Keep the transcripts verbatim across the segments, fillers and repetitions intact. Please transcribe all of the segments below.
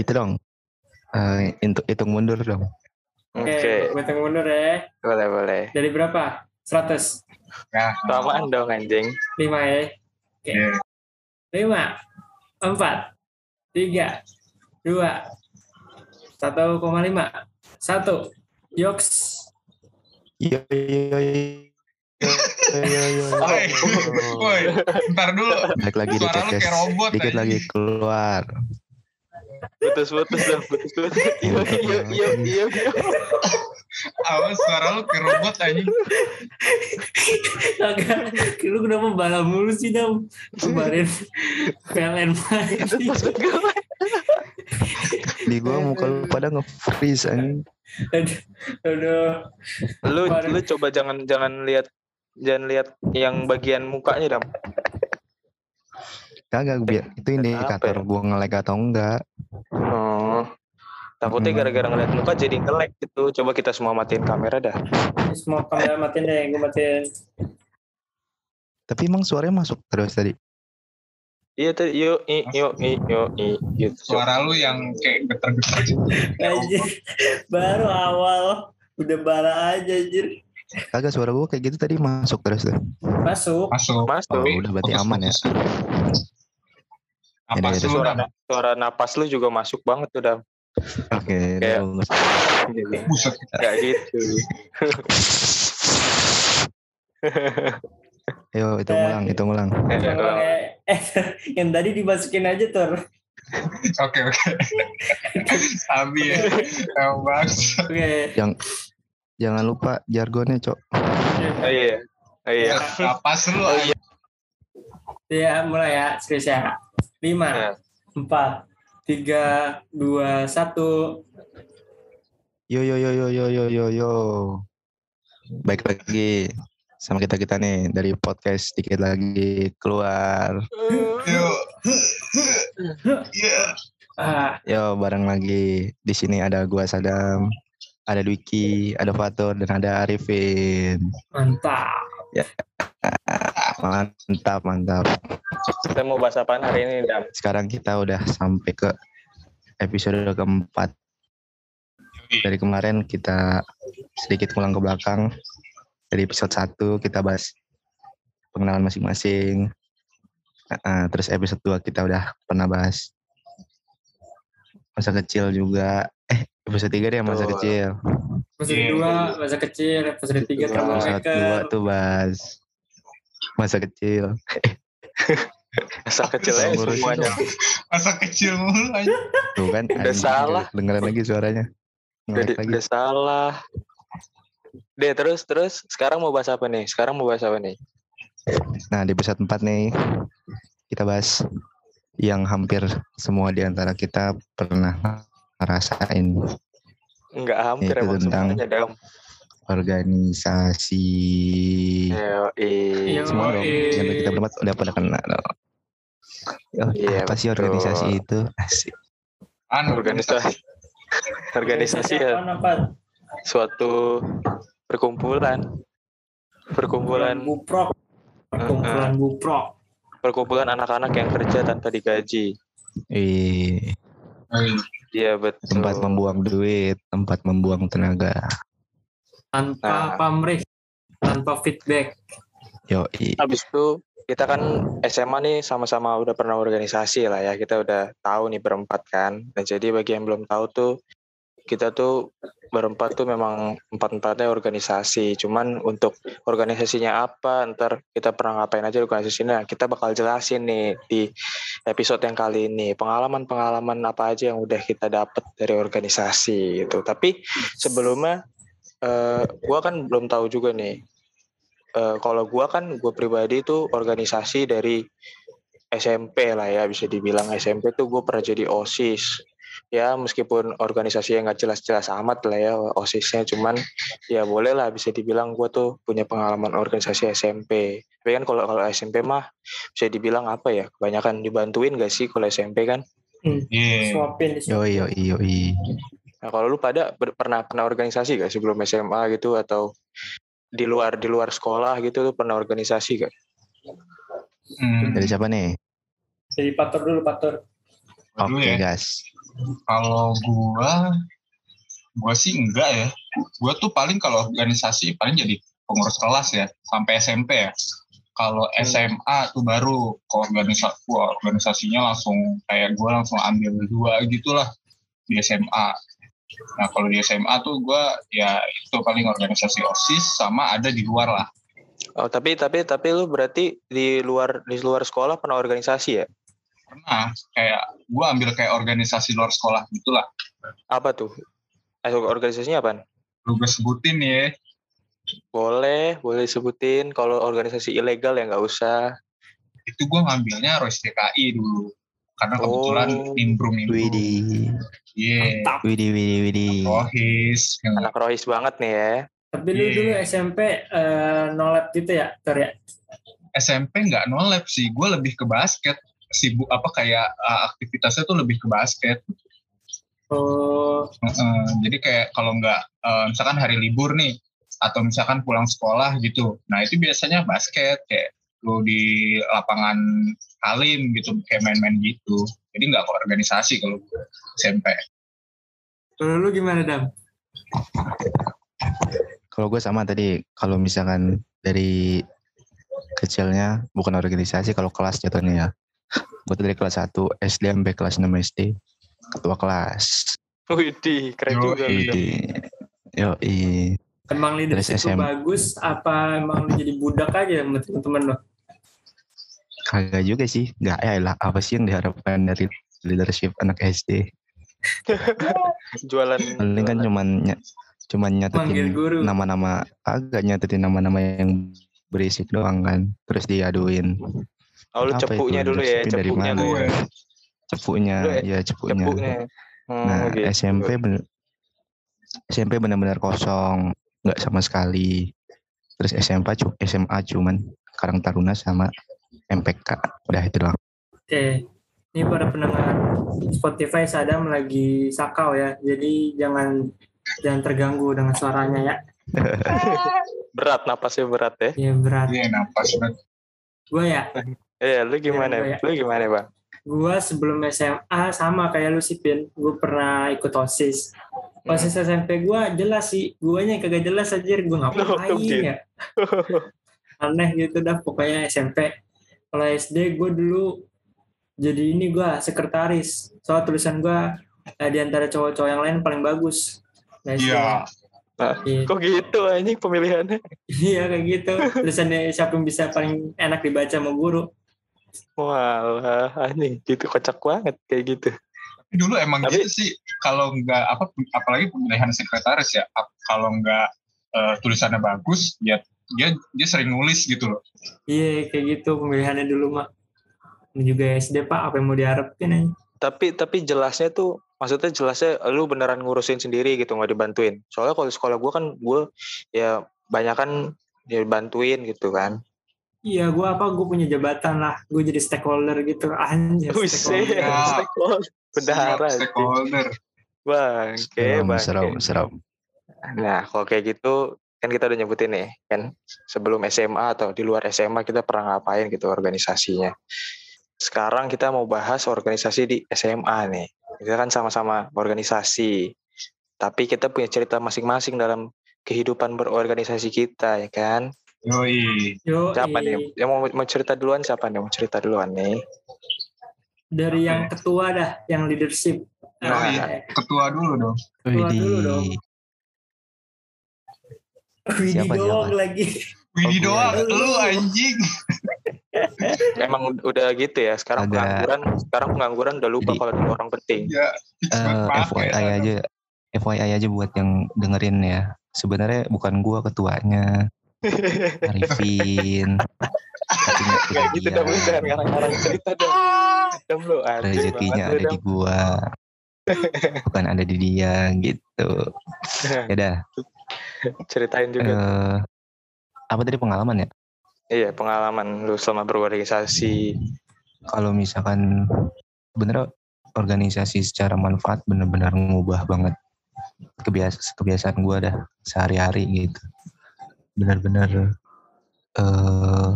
itu dong. Uh, hitung, hitung mundur dong. Oke, okay. Gue hitung mundur ya. Boleh, boleh. Dari berapa? seratus. Ya, samaan dong anjing. lima ya. Oke. Okay. lima, empat, tiga, dua, satu koma lima, satu. Yoks. Yo yo yo. Yo yo. Woi, bentar dulu. Balik lagi di podcast. Dikit aja. Lagi keluar. Putus-putus dong, putus-putus. Iya, iya, iya, iya, iya. Awas suara lu kayak robot anjing. Agak, lu kenapa bala mulu sih Dam? Kemarin P L N main. Di gua muka lu pada nge-freeze anjing. Aduh, aduh. Lu lu coba jangan jangan lihat jangan lihat yang bagian mukanya Dam. Kagak biar itu indikator gue nge-lag atau enggak. Oh. Takutnya hmm. gara-gara ngeliat muka jadi nge-lag gitu. Coba kita semua matiin kamera dah. Semua kamera matiin deh, gue matiin. Tapi emang suaranya masuk terus tadi. Iya tadi yo i yo i yo i gitu. Suara lu yang kayak getar-getar gitu. Anjir. Baru awal udah bara aja anjir. Kagak suara gue kayak gitu tadi masuk terus tuh. Masuk. Masuk. Masuk. Oh, udah berarti fokus, aman fokus. Ya. Apa ya, suara, suara napas lu juga masuk banget tuh Dam. Oke. Kayak buset. Kayak gitu. Ayo itu ngulang, itu ngulang. Eh, eh, yang tadi dimasukin aja Tur. Oke oke. Sabi ya. Yang bagus. Oke. Yang jangan lupa jargonnya, Cok. Oh iya. Oh iya. Napas lu. Oh iya. Ya, mulai ya, serius ya. lima, empat, tiga, dua, satu. Yo yo yo yo yo yo yo yo. Baik lagi sama kita kita nih dari podcast dikit lagi keluar. Yo. Yeah. Yo bareng lagi di sini ada gua Sadam, ada Dwiki, ada Fatur dan ada Arifin. Mantap. Ya. Mantap mantap. Kita mau bahas apaan hari ini Dam? Sekarang kita udah sampai ke episode keempat. Dari kemarin kita sedikit pulang ke belakang. Dari episode satu kita bahas pengenalan masing-masing. Uh, terus episode dua kita udah pernah bahas masa kecil juga. Eh episode tiga deh masa oh. kecil. Episode dua masa kecil, episode tiga episode dua tuh bahas masa kecil. Masa kecil aja semuanya. Masa kecil mulu aja. Tuh kan. Udah salah. Dengerin lagi suaranya. Udah, udah salah. Deh terus terus sekarang mau bahas apa nih? Sekarang mau bahas apa nih? Nah di episode empat nih kita bahas yang hampir semua di antara kita pernah ngerasain. Enggak hampir itu emang tentang semuanya Dam. Organisasi. Yoi. Semua dong. Yang kita berempat udah pada kenal. Oh, iya, apa betul. Sih organisasi itu? Asik. Anu organisasi. Organisasi ya. Suatu perkumpulan. Perkumpulan buprok. Perkumpulan uh-uh. buprok. Perkumpulan anak-anak yang kerja tanpa digaji. Iya. Iya betul. Tempat membuang duit, tempat membuang tenaga. Tanpa nah. pamrih, tanpa feedback. Yo. Habis itu kita kan S M A nih sama-sama udah pernah organisasi lah ya. Kita udah tahu nih berempat kan. Nah jadi bagi yang belum tahu tuh kita tuh berempat tuh memang empat-empatnya organisasi. Cuman untuk organisasinya apa, ntar kita pernah ngapain aja organisasinya, kita bakal jelasin nih di episode yang kali ini. Pengalaman-pengalaman apa aja yang udah kita dapet dari organisasi gitu. Tapi sebelumnya, uh, gue kan belum tahu juga nih. Uh, kalau gue kan, gue pribadi tuh organisasi dari S M P lah ya, bisa dibilang S M P tuh gue pernah jadi OSIS. Ya meskipun organisasi yang gak jelas-jelas amat lah ya OSISnya, cuman ya boleh lah bisa dibilang gue tuh punya pengalaman organisasi S M P. Tapi kan kalau kalau S M P mah bisa dibilang apa ya, kebanyakan dibantuin gak sih kalau S M P kan? Hmm. Yeah. Suapin. Yoi yoi yoi. Nah kalau lu pada ber- pernah pernah organisasi gak sebelum S M A gitu, atau di luar di luar sekolah gitu, lu pernah organisasi gak? Hmm. Dari siapa nih? Dari Patur dulu Patur. Oke okay, guys. Kalau gua, gua sih enggak ya. Gua tuh paling kalau organisasi paling jadi pengurus kelas ya, sampai S M P ya. Kalau S M A tuh baru ke organisasi, gua organisasinya langsung kayak gua langsung ambil dua gitulah di S M A. Nah kalau di S M A tuh gua ya itu paling organisasi OSIS sama ada di luar lah. Oh, tapi tapi tapi lu berarti di luar di luar sekolah pernah organisasi ya? Pernah kayak gue ambil kayak organisasi luar sekolah gitulah. Apa tuh? Eh, organisasinya apa? Lu gue sebutin ya. Boleh, boleh sebutin. Kalau organisasi ilegal ya nggak usah. Itu gue ngambilnya Rois D K I dulu. Karena kebetulan Oh. nimbrung-nimbrung. Widih. Iya. Mantap. Widih, widih, widih. Rohis. Anak Rohis banget nih ya. Tapi lu Iya. dulu S M P eh, nolep gitu ya, Tor ya? S M P nggak nolep sih. Gue lebih ke basket. Sibuk apa kayak uh, aktivitasnya tuh lebih ke basket. Oh, Uh, jadi kayak kalau nggak uh, misalkan hari libur nih atau misalkan pulang sekolah gitu, nah itu biasanya basket kayak lu di lapangan Halim gitu kayak main-main gitu. Jadi nggak ke organisasi kalau S M P. kalau lu gimana, Dam? Kalau gue sama tadi, kalau misalkan dari kecilnya bukan organisasi, kalau kelas jatuhnya ya. Gue dari kelas satu S D sampai kelas enam S D ketua kelas. Widih, keren Yo, juga. iya. lu. Widih. Yoi. Emang leadership Terus lu S M. bagus, apa emang lu jadi budak aja sama temen-temen lo? Kagak juga sih. Gak ya lah. Apa sih yang diharapkan dari leadership anak S D? Jualan. Paling kan jualan. cuman ny- cuman Manggil nyatetin guru. nama-nama, agak nyatetin nama-nama yang berisik doang kan. Terus diaduin. Oh, lu Apa cepunya itu dulu ya, leadership dari cepunya mana? lu ya. Cepunya, Lu ya, ya cepunya. Cepunya. Hmm, Nah, gitu. S M P bener, S M P benar-benar kosong, nggak sama sekali. Terus S M P cu- S M A cuman Karang Taruna sama M P K, udah itu doang. Oke, ini para pendengar Spotify Sadam lagi sakau ya, jadi jangan jangan terganggu dengan suaranya ya. Berat, napasnya berat ya. Ya berat. Iya, napas banget. Gue ya, Eh, lu gimana? Iya, iya. Lu gimana, Bang? gue sebelum S M A sama kayak lu sih, Pin. Gue pernah ikut OSIS. OSIS S M P gue jelas sih, guanya kagak jelas aja, gue ngapain Gitu. ya. Aneh gitu dah pokoknya S M P. Kalau S D gue dulu jadi ini gue sekretaris. Soal tulisan gue eh, di antara cowok-cowok yang lain paling bagus. Nah, S D. Iya. Nah, Gitu. kok gitu anjing pemilihannya? Iya kayak gitu. Tulisannya siapa yang bisa paling enak dibaca sama guru. Walah, anjing gitu kocak banget kayak gitu. Tapi dulu emang Tapi- gitu sih. Kalau nggak apa, apalagi pemilihan sekretaris ya. ap- Kalau nggak eh, tulisannya bagus, ya dia dia sering nulis gitu loh. Iya kayak gitu pemilihannya dulu mah. Ini juga S D Pak, apa yang mau diharapin aja. Tapi tapi jelasnya tuh, maksudnya jelasnya lu beneran ngurusin sendiri gitu, nggak dibantuin. Soalnya kalau di sekolah gue kan gue ya banyak kan dibantuin gitu kan. Iya, gue apa? Gue punya jabatan lah. Gue jadi stakeholder gitu. Anjir, Buset, stakeholder. Ya. stakeholder. Bendahara. Siap, stakeholder. Bangke, Serem, bangke. serem, serem. Nah, kalau kayak gitu kan kita udah nyebutin nih kan sebelum S M A atau di luar S M A kita pernah ngapain gitu organisasinya. Sekarang kita mau bahas organisasi di S M A nih. Kita kan sama-sama organisasi. Tapi kita punya cerita masing-masing dalam kehidupan berorganisasi kita ya kan. Yoi. Yo, Siapa nih? Yang mau, mau cerita duluan siapa nih? Mau cerita duluan nih. dari yang ketua dah, yang leadership. Oh Ah, iya. Ketua dulu dong. Keluar dulu dong. Widih. Widi Siapa, doang siapa? lagi. Widi Oh, doang, gue. lu anjing. Emang udah gitu ya. Sekarang Agak- pengangguran, sekarang pengangguran udah lupa Jadi- kalau ada orang penting. Ya, fix Eh, banget F Y I pakai. aja, F Y I aja buat yang dengerin ya. Sebenarnya bukan gua ketuanya, Arifin. Tapi nggak Gak gitu dong, lu jangan kebagian. ngarang-ngarang cerita dong. Dam lu anjing Rezekinya banget lu, ada di Dam. gua, bukan ada di dia gitu. Ya dah. Ceritain juga. Eh, apa tadi pengalaman ya? Iya, pengalaman lu selama berorganisasi. Kalau misalkan bener organisasi secara manfaat bener-bener ngubah banget kebiasaan kebiasaan gue dah sehari-hari gitu. Bener-bener eh,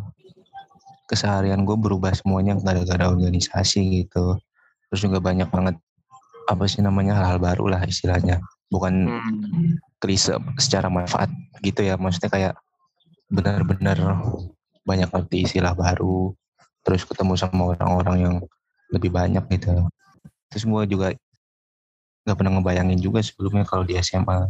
keseharian gue berubah semuanya gara-gara organisasi gitu. Terus juga banyak banget apa sih namanya hal-hal baru lah istilahnya, bukan Hmm. klise secara manfaat gitu ya, maksudnya kayak benar-benar banyak ngerti istilah baru, terus ketemu sama orang-orang yang lebih banyak gitu. Terus gue juga nggak pernah ngebayangin juga sebelumnya kalau di S M A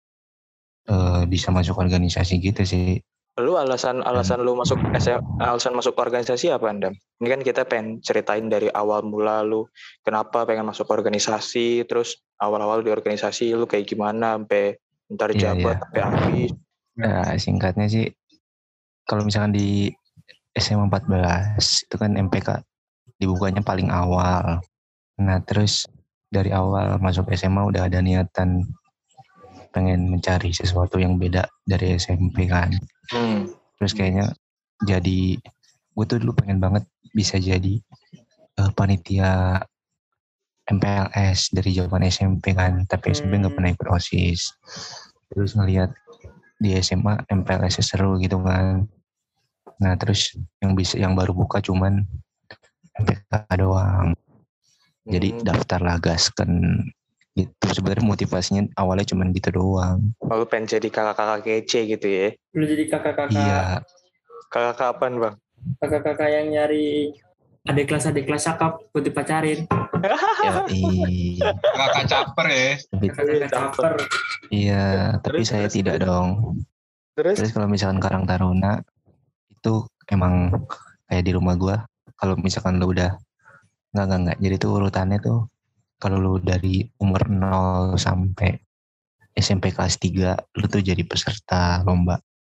eh, bisa masuk organisasi gitu sih. Lu alasan alasan lu masuk S M, alasan masuk organisasi apa, Andam? Ini kan kita pengen ceritain dari awal mula lu kenapa pengen masuk organisasi, terus awal-awal di organisasi lu kayak gimana sampai ntar Iya, jabat iya. sampai habis. Ya, singkatnya sih kalau misalkan di S M A empat belas itu kan M P K dibukanya paling awal. Nah, terus dari awal masuk S M A udah ada niatan pengen mencari sesuatu yang beda dari S M P kan. Hmm. Terus kayaknya jadi gue tuh dulu pengen banget bisa jadi uh, panitia M P L S dari zaman S M P kan, tapi S M P nggak pernah ikut OSIS. Terus ngelihat di S M A M P L S seru gitu kan. Nah, terus yang bisa yang baru buka cuman M P K doang. Jadi Hmm. daftar lah gasken gitu. Sebenarnya motivasinya awalnya cuman gitu doang. Oh, lu pengen jadi kakak-kakak kece gitu ya? Lu jadi kakak-kakak, Iya, Kakak kapan, Bang? kakak-kakak yang nyari adik kelas adik kelas cakep buat dipacarin. ya, iya. Kakak caper ya. Tapi, Kakak-kakak caper. iya, tapi Terus, saya terus, tidak terus. dong. Terus? Terus kalau misalkan Karang Taruna itu emang kayak di rumah gua, kalau misalkan lu udah enggak enggak enggak. Jadi tuh urutannya tuh kalau lu dari umur nol sampai S M P kelas tiga, lu tuh jadi peserta lomba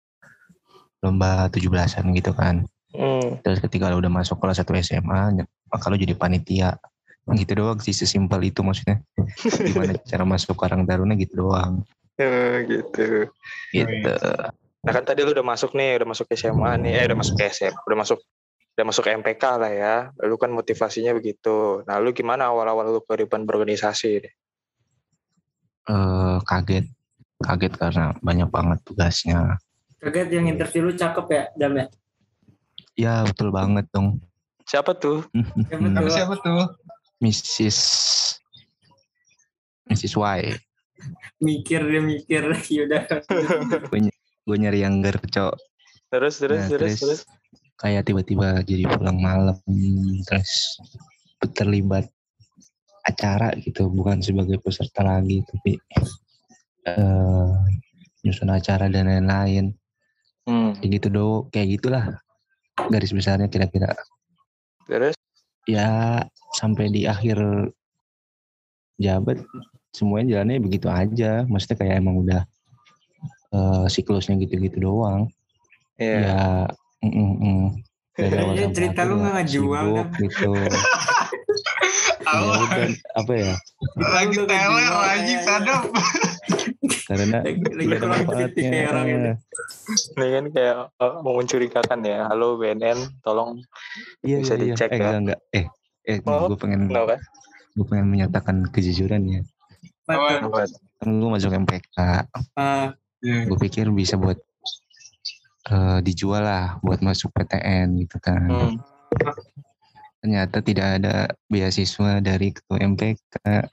lomba tujuh belasan gitu kan. Hmm. Terus ketika lu udah masuk kelas satu S M A, maka lu jadi panitia. Gitu doang sih, sesimpel itu maksudnya. Gimana cara masuk Karang Taruna gitu doang. Oh, gitu. Gitu. Nah kan tadi lu udah masuk nih, udah masuk S M A nih, eh udah masuk S M A, udah masuk udah masuk M P K lah ya. Lu kan motivasinya begitu. Nah lu gimana awal-awal lu kehidupan berorganisasi? Eh, kaget. Kaget karena banyak banget tugasnya. Kaget yang interview lu cakep ya, Dam ya? Ya betul banget dong. Siapa tuh? Siapa Tapi tuh? siapa tuh? Missis Missis Y. Mikir dia mikir, yaudah. Gue nyari yang gercok. Terus terus Nah, terus terus terus. kayak tiba-tiba jadi pulang malam, terus terlibat acara gitu, bukan sebagai peserta lagi, tapi uh, nyusun acara dan lain-lain. Hmm. Kayak gitu do, kayak gitulah garis besarnya kira-kira. Terus? Ya sampai di akhir jabat semuanya jalannya begitu aja. Maksudnya kayak emang udah uh, siklusnya gitu-gitu doang. Iya. Ya, mm, mm, mm. Dari awal Kayaknya sampai cerita akhir lu ya nggak ngejual, sibuk Dam. gitu. Ya udah apa ya? Lagi Lu udah teler ngejual, lagi kayaknya. sadap. Karena Lagi, lagi tidak ada keluar titik manfaatnya. kayak orang ini. Ini kan kayak oh, mau mencurigakan ya. Halo B N N, tolong Iya bisa iya iya. dicek Eh ya. enggak enggak. Eh eh Oh, gue pengen kenapa? gue pengen menyatakan kejujuran ya. Apa tuh? Apa? Kan gue masuk M P K. Ah, Iya. Gue pikir bisa buat uh, dijual lah buat masuk P T N gitu kan. Hmm. Ternyata tidak ada beasiswa dari ketua M P K.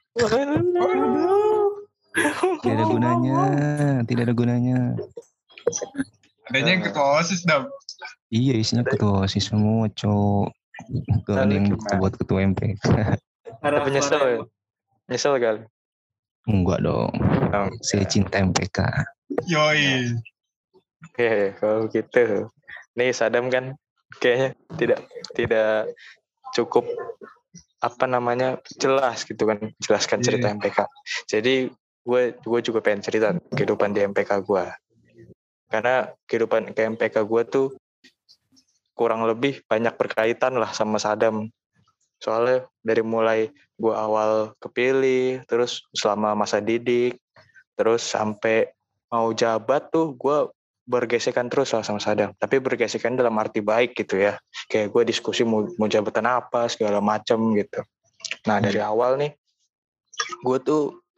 Tidak ada gunanya, tidak ada gunanya. Adanya yang ketua OSIS, Dam. Iya isinya ketua OSIS semua cowok. Gak ada yang buat ketua M P K. Tapi nyesel ya? Nyesel kali? Enggak dong. Oh, Saya cinta M P K. Yoi. Oke, kalau gitu. Nih Sadam kan kayaknya tidak tidak cukup apa namanya jelas gitu kan, jelaskan cerita Yeah. M P K. Jadi gue gue juga pengen cerita kehidupan di M P K gue. Karena kehidupan ke M P K gue tuh kurang lebih banyak berkaitan lah sama Sadam. Soalnya dari mulai gue awal kepilih, terus selama masa didik, terus sampai mau jabat tuh gue bergesekan terus lah sama Sadam. Tapi bergesekan dalam arti baik gitu ya. Kayak gue diskusi mau, mau jabatan apa, segala macam gitu. Nah dari awal nih, gue tuh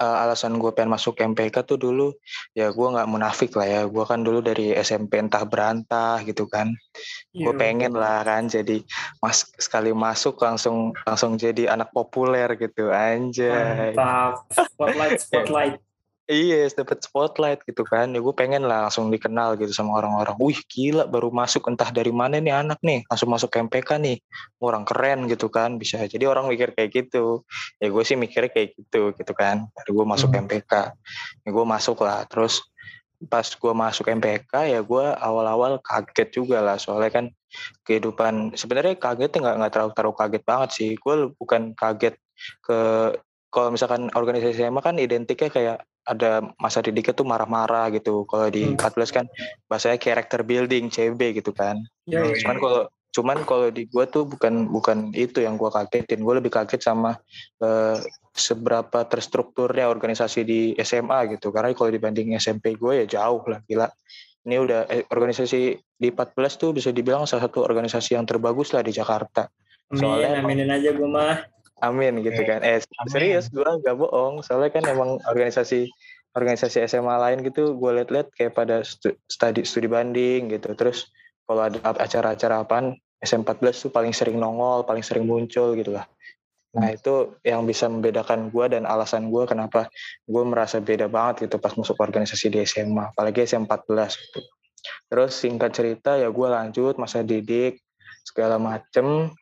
uh, alasan gue pengen masuk M P K tuh dulu, ya gue nggak munafik lah ya. Gue kan dulu dari S M P entah berantah gitu kan. Gue Iya. pengen lah kan jadi mas sekali masuk langsung langsung jadi anak populer gitu, anjay. Mantap. Spotlight, spotlight. Iya, dapat spotlight gitu kan. Ya gue pengen lah langsung dikenal gitu sama orang-orang. Wih, gila baru masuk entah dari mana nih anak nih. Langsung masuk M P K nih. Orang keren gitu kan. Bisa. Jadi orang mikir kayak gitu. Ya gue sih mikirnya kayak gitu gitu kan. Baru gue masuk Hmm. M P K. Ya gue masuk lah. Terus pas gue masuk M P K ya gue awal-awal kaget juga lah. Soalnya kan kehidupan. Sebenarnya kagetnya nggak nggak terlalu, terlalu kaget banget sih. Gue bukan kaget ke... Kalau misalkan organisasi S M A kan identiknya kayak ada masa didiknya tuh marah-marah gitu. Kalau di Hmm. empat belas kan bahasanya character building C B gitu kan. Ya, Oh, ya. Cuman kalau cuman kalau di gue tuh bukan bukan itu yang gue kagetin. Gue lebih kaget sama eh, seberapa terstrukturnya organisasi di S M A gitu. Karena kalau dibanding S M P gue ya jauh lah, gila. Ini udah eh, organisasi di empat belas tuh bisa dibilang salah satu organisasi yang terbagus lah di Jakarta. Amin, Soalnya emang aminin aja gue mah. amin gitu kan. Eh Amin. serius gue gak bohong. Soalnya kan emang organisasi organisasi S M A lain gitu gue liat-liat kayak pada stu- studi studi banding gitu. Terus kalau ada acara-acara apaan S M empat belas tuh paling sering nongol, paling sering muncul gitu lah. Nah itu yang bisa membedakan gue dan alasan gue kenapa gue merasa beda banget gitu pas masuk organisasi di S M A. Apalagi S M empat belas gitu. Terus singkat cerita ya gue lanjut masa didik segala macem.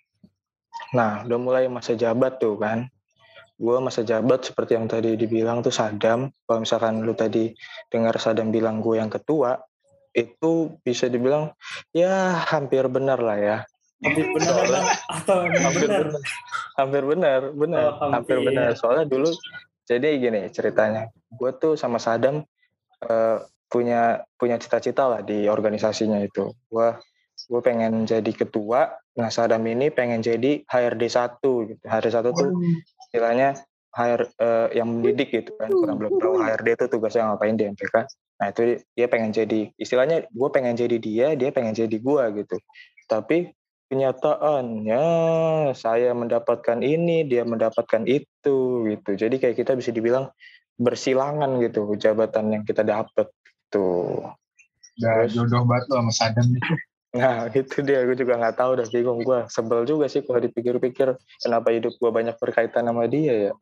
Nah udah mulai masa jabat tuh kan. Gue masa jabat seperti yang tadi dibilang tuh Sadam. Kalau misalkan lu tadi dengar Sadam bilang gue yang ketua, itu bisa dibilang ya hampir benar lah ya. Hampir benar Soalnya- emang atau emang hampir benar? benar. Hampir benar, benar. Oh, hampir. hampir benar. Soalnya dulu jadi gini ceritanya. Gue tuh sama Sadam eh, punya punya cita-cita lah di organisasinya itu. Gue gue pengen jadi ketua. Nah Sadam ini pengen jadi H R D satu gitu. H R D satu tuh istilahnya H R eh, yang mendidik gitu kan. Kurang belum tahu H R D itu tugasnya ngapain di M P K. Nah itu dia pengen jadi istilahnya gue pengen jadi dia, dia pengen jadi gue gitu. Tapi kenyataannya saya mendapatkan ini, dia mendapatkan itu gitu. Jadi kayak kita bisa dibilang bersilangan gitu jabatan yang kita dapat tuh. Udah Terus- jodoh banget lo sama Sadam nih. Nah itu dia, gue juga nggak tahu, udah bingung gue. Sebel juga sih kalau dipikir-pikir kenapa hidup gue banyak berkaitan sama dia ya.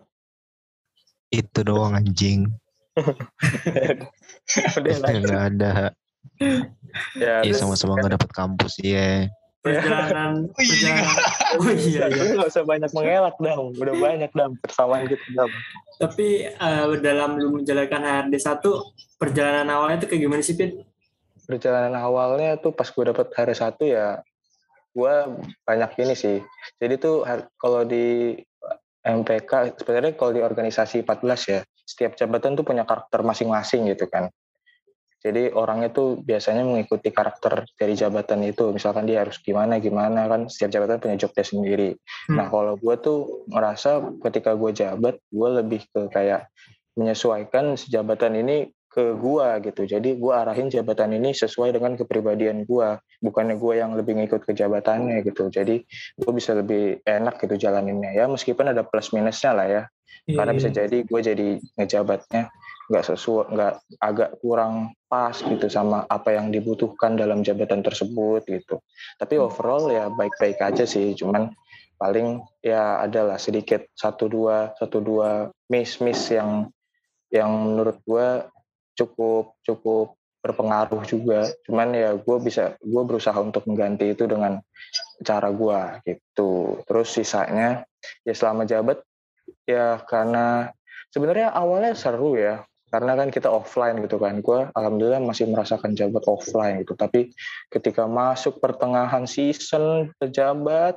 Itu doang anjing. Udah lanjut. Nggak ada. Ya, Iya terus- sama-sama nggak dapat kampus iya. Perjalanan, Oh, iya juga. perjalanan. Oh iya, iya. Lu gak usah banyak mengelak dong. Udah banyak dong persamaan gitu dong. Tapi eh, dalam lu menjalankan H R D satu, perjalanan awalnya itu kayak gimana sih, Pit? Perjalanan awalnya tuh pas gue dapet hari satu ya gue banyak ini sih. Jadi tuh har- kalau di M P K sebenarnya kalau di organisasi empat belas ya setiap jabatan tuh punya karakter masing-masing gitu kan. Jadi orangnya tuh biasanya mengikuti karakter dari jabatan itu. Misalkan dia harus gimana gimana kan setiap jabatan punya job desk sendiri. Hmm. Nah kalau gue tuh merasa ketika gue jabat gue lebih ke kayak menyesuaikan si jabatan ini ke gue gitu. Jadi gue arahin jabatan ini sesuai dengan kepribadian gue. Bukannya gue yang lebih ngikut ke jabatannya gitu. Jadi gue bisa lebih enak gitu jalaninnya. Ya meskipun ada plus minusnya lah ya. Karena bisa jadi gue jadi ngejabatnya nggak sesuai, nggak agak kurang pas gitu sama apa yang dibutuhkan dalam jabatan tersebut gitu. Tapi overall ya baik-baik aja sih. Cuman paling ya adalah sedikit satu dua satu dua miss-miss yang yang menurut gue cukup cukup berpengaruh juga. Cuman ya gue bisa gue berusaha untuk mengganti itu dengan cara gue gitu. Terus sisanya ya selama jabat ya karena sebenarnya awalnya seru ya karena kan kita offline gitu kan. Gue alhamdulillah masih merasakan jabat offline gitu. Tapi ketika masuk pertengahan season pejabat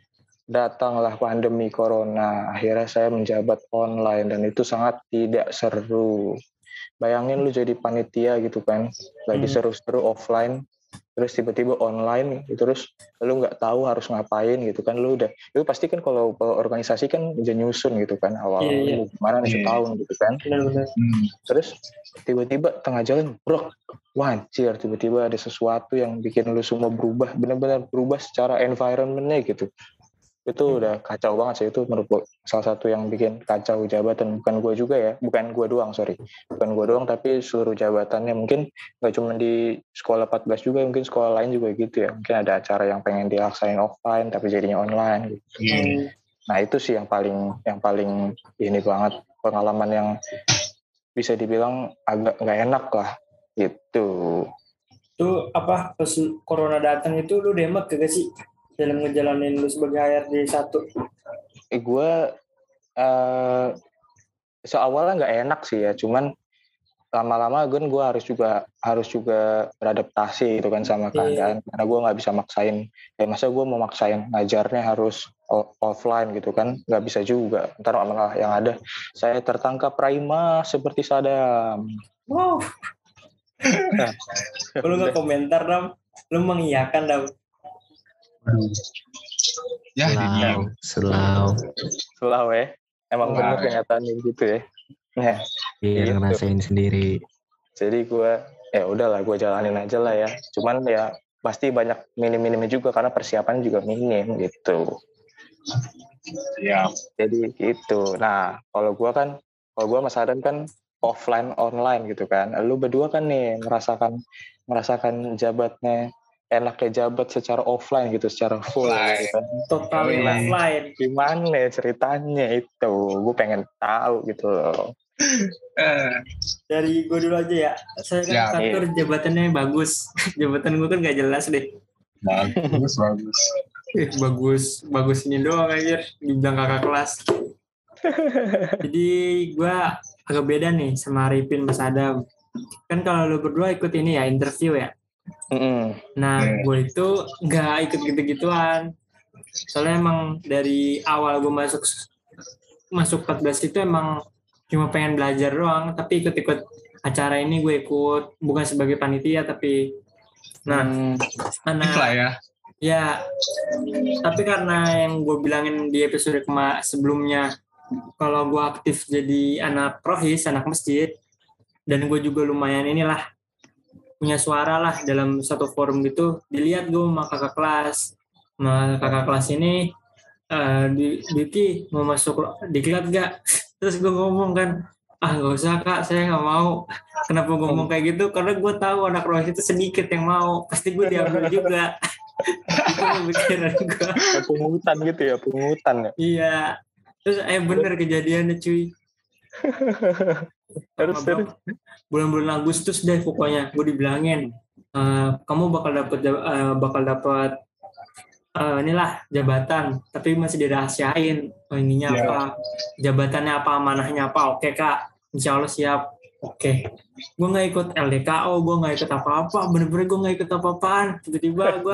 datanglah pandemi corona. Akhirnya saya menjabat online dan itu sangat tidak seru. Bayangin lu jadi panitia gitu kan, lagi Hmm. seru-seru offline, terus tiba-tiba online, terus lu nggak tahu harus ngapain gitu kan, lu udah, lu pasti kan kalau, kalau organisasi kan udah nyusun gitu kan awal, Iya, iya. lu gimana nih Iya. setahun gitu kan, Benar-benar. Hmm. terus tiba-tiba tengah jalan, brok, wajir, tiba-tiba ada sesuatu yang bikin lu semua berubah, benar-benar berubah secara environment-nya gitu. Itu udah kacau banget sih, itu menurut gue salah satu yang bikin kacau jabatan. Bukan gue juga ya, bukan gue doang, sorry. Bukan gue doang, tapi seluruh jabatannya. Mungkin gak cuma di sekolah empat belas juga, mungkin sekolah lain juga gitu ya. Mungkin ada acara yang pengen dilaksanain offline, tapi jadinya online gitu. Iya. Nah itu sih yang paling yang paling ini banget, pengalaman yang bisa dibilang agak nggak enak lah gitu. Itu apa pas corona datang itu lu demet gak sih dalam ngejalanin lu sebagai H R D satu? Eh, gue uh, seawalnya nggak enak sih ya, cuman lama-lama gue gue harus juga harus juga beradaptasi gitu kan sama keadaan. Yeah. Karena gue nggak bisa maksain, ya masa gue mau maksain ngajarnya harus offline gitu kan, nggak bisa juga. Ntar malah yang ada saya tertangkap Raima seperti Sadam. Wow. Nah, lu nggak komentar Dam, lu mengiyakan Dam. Ya, Selau, selau. Selau ya, emang bener kenyataannya gitu ya. Nah, iya gitu. Ngerasain sendiri. Jadi gue ya udahlah gue jalanin aja lah ya. Cuman ya pasti banyak minim-minimnya juga karena persiapannya juga minim gitu. Ya. Jadi gitu. Nah kalau gue kan, kalau gue Mas Adam kan offline online gitu kan. Lu berdua kan nih merasakan merasakan jabatnya enaknya jabat secara offline gitu, secara full gitu kan. Total Nah, offline. gimana ceritanya itu? Gue pengen tahu gitu loh. Dari gue dulu aja ya. Saya kan Ya, kantor jabatannya bagus. Jabatan gue kan gak jelas deh. Bagus, bagus. bagus, bagus ini doang aja. Dibilang kakak kelas. Jadi gue agak beda nih sama Arifin Mas Adam. Kan kalau lu berdua ikut ini ya, interview ya. Mm-hmm. Nah, gue itu gak ikut gitu-gituan. Soalnya emang dari awal gue masuk masuk empat belas itu emang cuma pengen belajar doang, tapi ikut-ikut acara ini gue ikut bukan sebagai panitia tapi nah hmm. anak lah ya. Ya, tapi karena yang gue bilangin di episode kema sebelumnya, kalau gue aktif jadi anak rohis, anak masjid, dan gue juga lumayan inilah punya suara lah dalam satu forum gitu, dilihat gue sama kakak kelas. Nah, kakak kelas ini uh, di Diki mau masuk diklat gak? Terus gue ngomong kan, ah gak usah kak, saya gak mau. Kenapa gue ngomong kayak gitu? Karena gue tahu anak rohis itu sedikit yang mau, pasti gue diambil juga. Itu pemikiran gue. Pungutan gitu ya, pungutan ya. Iya. Terus eh bener kejadiannya cuy. Terus terus. Bulan-bulan Agustus deh pokoknya gue dibilangin uh, kamu bakal dapat uh, bakal dapat uh, inilah jabatan, tapi masih dirahasiain oh, ininya yeah. apa, jabatannya apa, amanahnya apa. Oke kak, insya Allah siap. Oke, gue nggak ikut L D K O, gue nggak ikut apa-apa, bener-bener gue nggak ikut apa-apaan. Tiba-tiba gue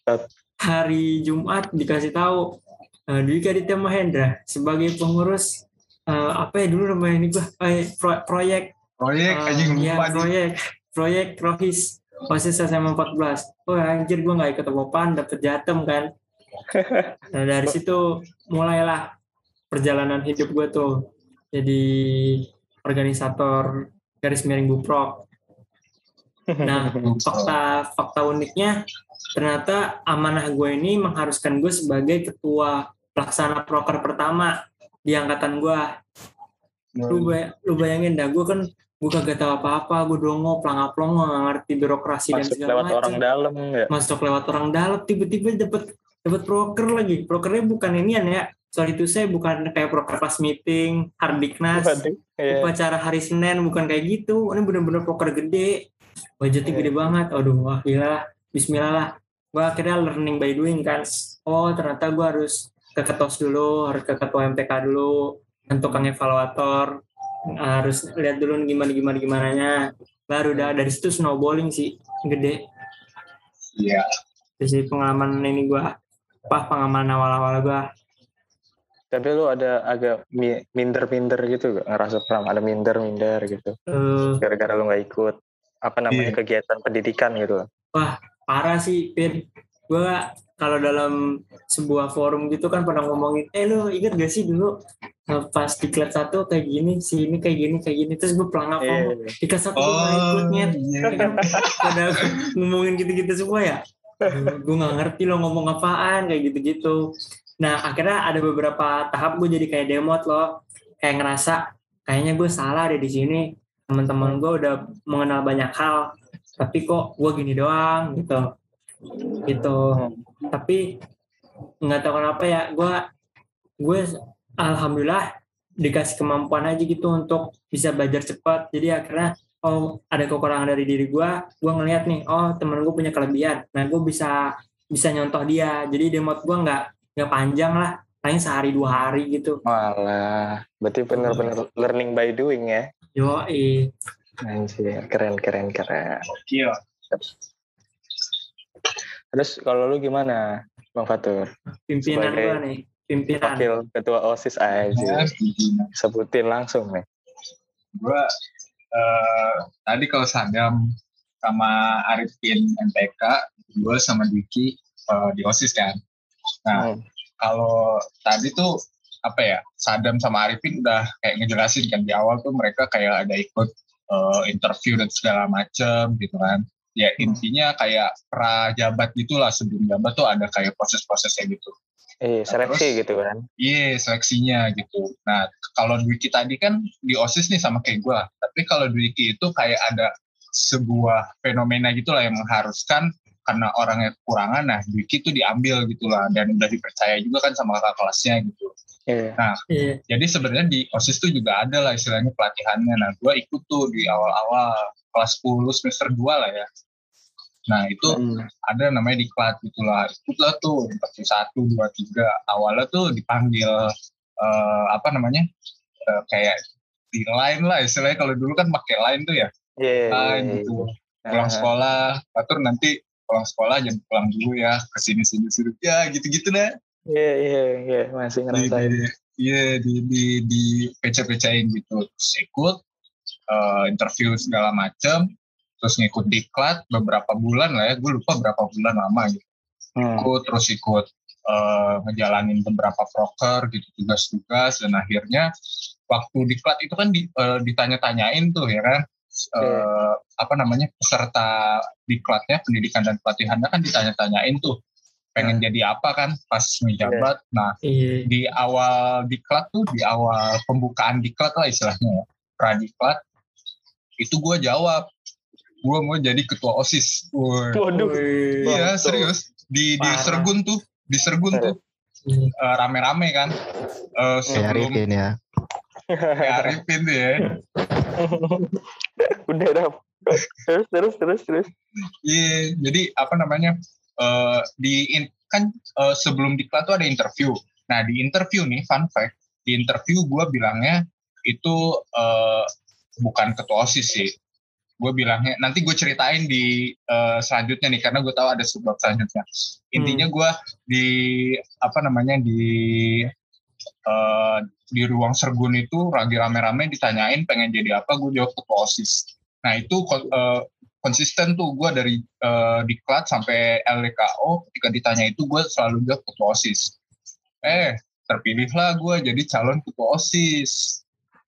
hari Jumat dikasih tahu uh, Dwi Aditya Mahendra sebagai pengurus uh, apa ya dulu namanya ini gue eh, pro- proyek proyek uh, anjing ya, lupa proyek proyek Rohis OSIS S M empat belas. Oh anjir, gue nggak ikut apa-apaan, dapet jatem kan. Nah dari situ mulailah perjalanan hidup gue tuh jadi organisator garis miring Buprok. Nah, fakta fakta uniknya ternyata amanah gue ini mengharuskan gue sebagai ketua pelaksana proker pertama di angkatan gue. Lu, bay- lu bayangin dah, gue kan gue kagak tahu apa-apa, gue dongo, pelangap-pelongo, nggak ngerti birokrasi dan masuk segala lewat macam. orang dalam ya. Masuk lewat orang dalam, tiba-tiba dapat dapat proker lagi. Prokernya bukan inian ya. Soal itu saya bukan kayak proker pas meeting, hardiknas, yeah. upacara hari Senin, bukan kayak gitu. Ini bener-bener proker gede, budgetnya yeah. gede banget. Aduh, wah gila, bismillah lah. Gue akhirnya learning by doing kan. Oh ternyata gue harus ke ketos dulu, harus ke ketua M T K dulu, dan tukang evaluator, harus lihat dulu gimana-gimana gimananya. Baru dah dari situ snowballing sih, gede. Iya. Yeah. Jadi pengalaman ini gue, apa pengalaman awal-awal gue. Tapi lu ada agak minder-minder gitu gak? Ngerasa pernah ada minder-minder gitu? Uh, Gara-gara lu gak ikut apa namanya iya. kegiatan pendidikan gitu? Wah, parah sih, Pin. Gue kalau dalam sebuah forum gitu kan pernah ngomongin, eh lu inget gak sih dulu pas di kelas satu kayak gini, si ini kayak gini, kayak gini. Terus gue pelangap ngomong, yeah. di kelas satu oh, gue gak ikut, nyet. Yeah. Pada ngomongin gitu-gitu semua ya. Gue gak ngerti lo ngomong apaan, kayak gitu-gitu. Nah akhirnya ada beberapa tahap gue jadi kayak demot loh, kayak ngerasa kayaknya gue salah deh di sini. Teman-teman gue udah mengenal banyak hal, tapi kok gue gini doang gitu, gitu. Tapi nggak tahu kenapa ya, gue gue alhamdulillah dikasih kemampuan aja gitu untuk bisa belajar cepat. Jadi akhirnya oh ada kekurangan dari diri gue, gue ngeliat nih oh temen gue punya kelebihan, nah gue bisa bisa nyontoh dia. Jadi demot gue nggak nggak panjang lah, paling sehari dua hari gitu. Malah, berarti benar-benar learning by doing ya. Yoi. Anjir, keren keren keren. Iya. Terus kalau lu gimana, Bang Fatur? Pimpinan Sebagai gue nih, pimpinan. Wakil ketua OSIS aja. Sebutin langsung nih. Gue uh, tadi kalau Sadam sama Arifin M P K, gue sama Diki uh, di OSIS kan. Nah, hmm. kalau tadi tuh apa ya, Sadam sama Arifin udah kayak ngejelasin kan di awal tuh mereka kayak ada ikut uh, interview dan segala macem gitu kan. Ya intinya kayak prajabat gitulah, sebelum jabat tuh ada kayak proses-prosesnya gitu. Iya, seleksi nah, gitu kan. Iya, seleksinya gitu. Nah, kalau Dwiki tadi kan di OSIS nih sama kayak gue. Tapi kalau Dwiki itu kayak ada sebuah fenomena gitulah yang mengharuskan karena orangnya kekurangan, nah Dwiki itu diambil gitulah. Dan udah dipercaya juga kan sama kakak kelasnya gitu. Iya. Nah, iya. Jadi sebenarnya di OSIS tuh juga ada lah istilahnya pelatihannya. Nah, gue ikut tuh di awal-awal kelas sepuluh semester dua lah ya. Nah itu hmm. ada namanya diklat gitulah, ikutlah tuh interview satu, dua, tiga. Awalnya tuh dipanggil uh, apa namanya uh, kayak di line lah istilahnya, kalau dulu kan pakai line tuh ya, yeah, line yeah, gitu. Yeah. Pulang sekolah, Fatur nanti pulang sekolah jangan pulang dulu ya, kesini sini sini ya gitu-gitu deh. Iya iya iya masih ngerasain. Iya di di di pecah-pecahin gitu, terus ikut uh, interview segala macam. Terus ngikut diklat beberapa bulan lah ya, gue lupa berapa bulan lama gitu. Hmm. Ikut, terus ikut uh, ngejalanin beberapa proker gitu, tugas-tugas, dan akhirnya waktu diklat itu kan di, uh, ditanya-tanyain tuh ya kan, uh, hmm. apa namanya, peserta diklatnya, pendidikan dan pelatihannya kan ditanya-tanyain tuh, pengen hmm. jadi apa kan pas menjabat. Hmm. Nah, hmm. di awal diklat tuh, di awal pembukaan diklat lah istilahnya ya, pradiklat, itu gue jawab, gue mau jadi ketua OSIS. Waduh. Iya serius. Di di Sergun tuh, di Sergun tuh uh, rame-rame kan. Uh, sebelum Arifin ya. Ya Arifin tuh ya. Udah dah. Terus terus terus terus. Iya, jadi apa namanya? Uh, di in, kan uh, sebelum diklat tuh ada interview. Nah di interview nih, fun fact, di interview gue bilangnya itu uh, bukan ketua OSIS sih. Gue bilangnya, nanti gue ceritain di uh, selanjutnya nih, karena gue tahu ada sebab selanjutnya. Intinya gue di, apa namanya, di uh, di ruang Sergun itu lagi rame-rame ditanyain pengen jadi apa, gue jawab ketua OSIS. Nah itu uh, konsisten tuh gue dari uh, diklat sampai L D K O, ketika ditanya itu gue selalu jawab ketua OSIS. Eh, terpilihlah gue jadi calon ketua OSIS.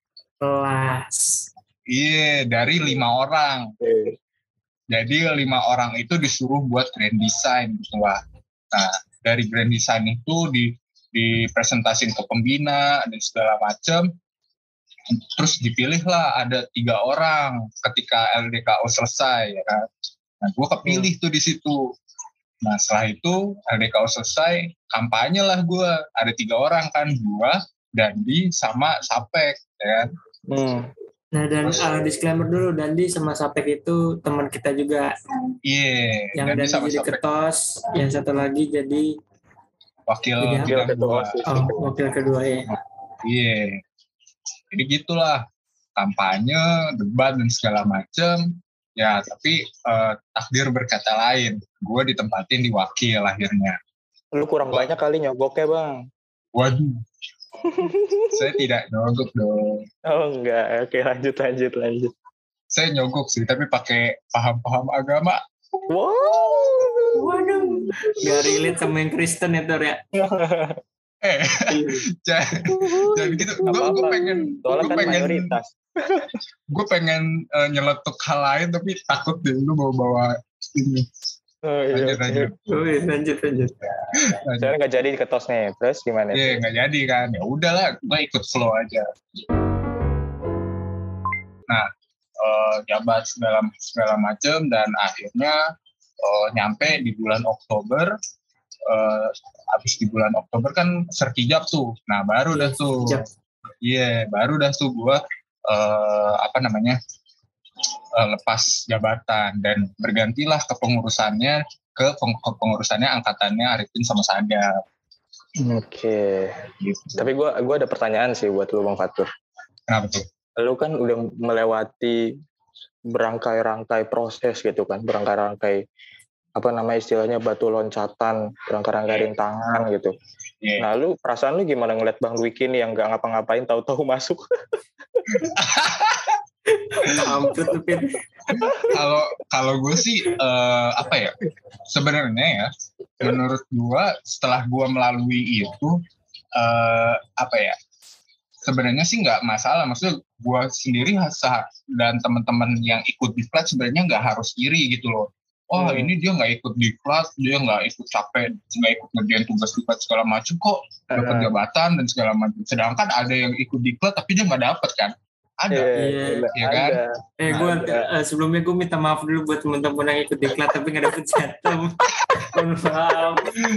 Kelas. Iya, dari lima orang. Okay. Jadi lima orang itu disuruh buat grand design gitu lah. Nah, dari grand design itu di dipresentasin ke pembina dan segala macam. Terus dipilih lah ada tiga orang ketika L D K O selesai ya kan. Nah, gue kepilih hmm. tuh di situ. Nah, setelah itu L D K O selesai, kampanye lah gue. Ada tiga orang kan, gue, Dandi, sama Sapek ya kan. Hmm. Nah dan uh, disclaimer dulu, Dandi sama Sapek itu teman kita juga. Iya. Yeah, yang Dandi, Dandi jadi Sapek. Ketos, yang satu lagi jadi wakil jadi kedua. Oh, wakil kedua ya. Iya. Yeah. Jadi gitulah, kampanye, debat dan segala macam. Ya tapi uh, takdir berkata lain. Gue ditempatin di wakil akhirnya. Lu kurang Wah. banyak kali nyogoknya bang. Waduh. Saya tidak nyogok dong. Oh enggak, oke lanjut lanjut lanjut. Saya nyogok sih, tapi pakai paham-paham agama. Wow. Waduh. Gak relate sama yang Kristen itu ya. eh, jangan gitu. Gue pengen, gue kan pengen, gue pengen uh, nyeletuk hal lain, tapi takut deh lu bawa-bawa ini Oh iya. Lanjut, lanjut. Oh, iya, lanjut lanjut. Sekarang nggak jadi ketos nih. Terus gimana? Iya, nggak jadi kan. Ya udahlah, gue ikut flow aja. Nah, eh, jabat segala segala macem dan akhirnya eh, nyampe di bulan Oktober. Eh, habis di bulan Oktober kan sertijab tuh. Nah, baru dah tuh. Sertijab. Iya, baru dah tuh gue eh, apa namanya? eh, lepas jabatan dan bergantilah kepengurusannya ke peng- kepengurusannya angkatannya Arifin sama Sadar. Oke. Gitu. Tapi gue gua ada pertanyaan sih buat lu Bang Fatur. Kenapa tuh? Lu kan udah melewati berangkai-rangkai proses gitu kan, berangkai-rangkai apa namanya istilahnya batu loncatan, berangkai-rangkai rintangan gitu. Yeah. Nah, lu perasaan lu gimana ngeliat Bang Dwiki nih yang nggak ngapa-ngapain tahu-tahu masuk? Ampun tuh Pin. Kalau kalau gue sih eh, apa ya? Sebenarnya ya, menurut gue setelah gue melalui itu eh, apa ya? Sebenarnya sih nggak masalah. Maksudnya gue sendiri hasa dan teman-teman yang ikut di kelas sebenarnya nggak harus iri gitu loh. Oh Hmm. ini dia nggak ikut di kelas, dia nggak ikut capek, nggak ikut ngerjain tugas di kelas segala macam kok dapat Hmm. jabatan dan segala macam. Sedangkan ada yang ikut di kelas tapi dia nggak dapet kan? Ada. Iya. Iya kan? Ada. Eh gue Ada. eh, sebelumnya gue minta maaf dulu buat teman-teman yang ikut diklat tapi nggak dapet jatah. Mohon maaf.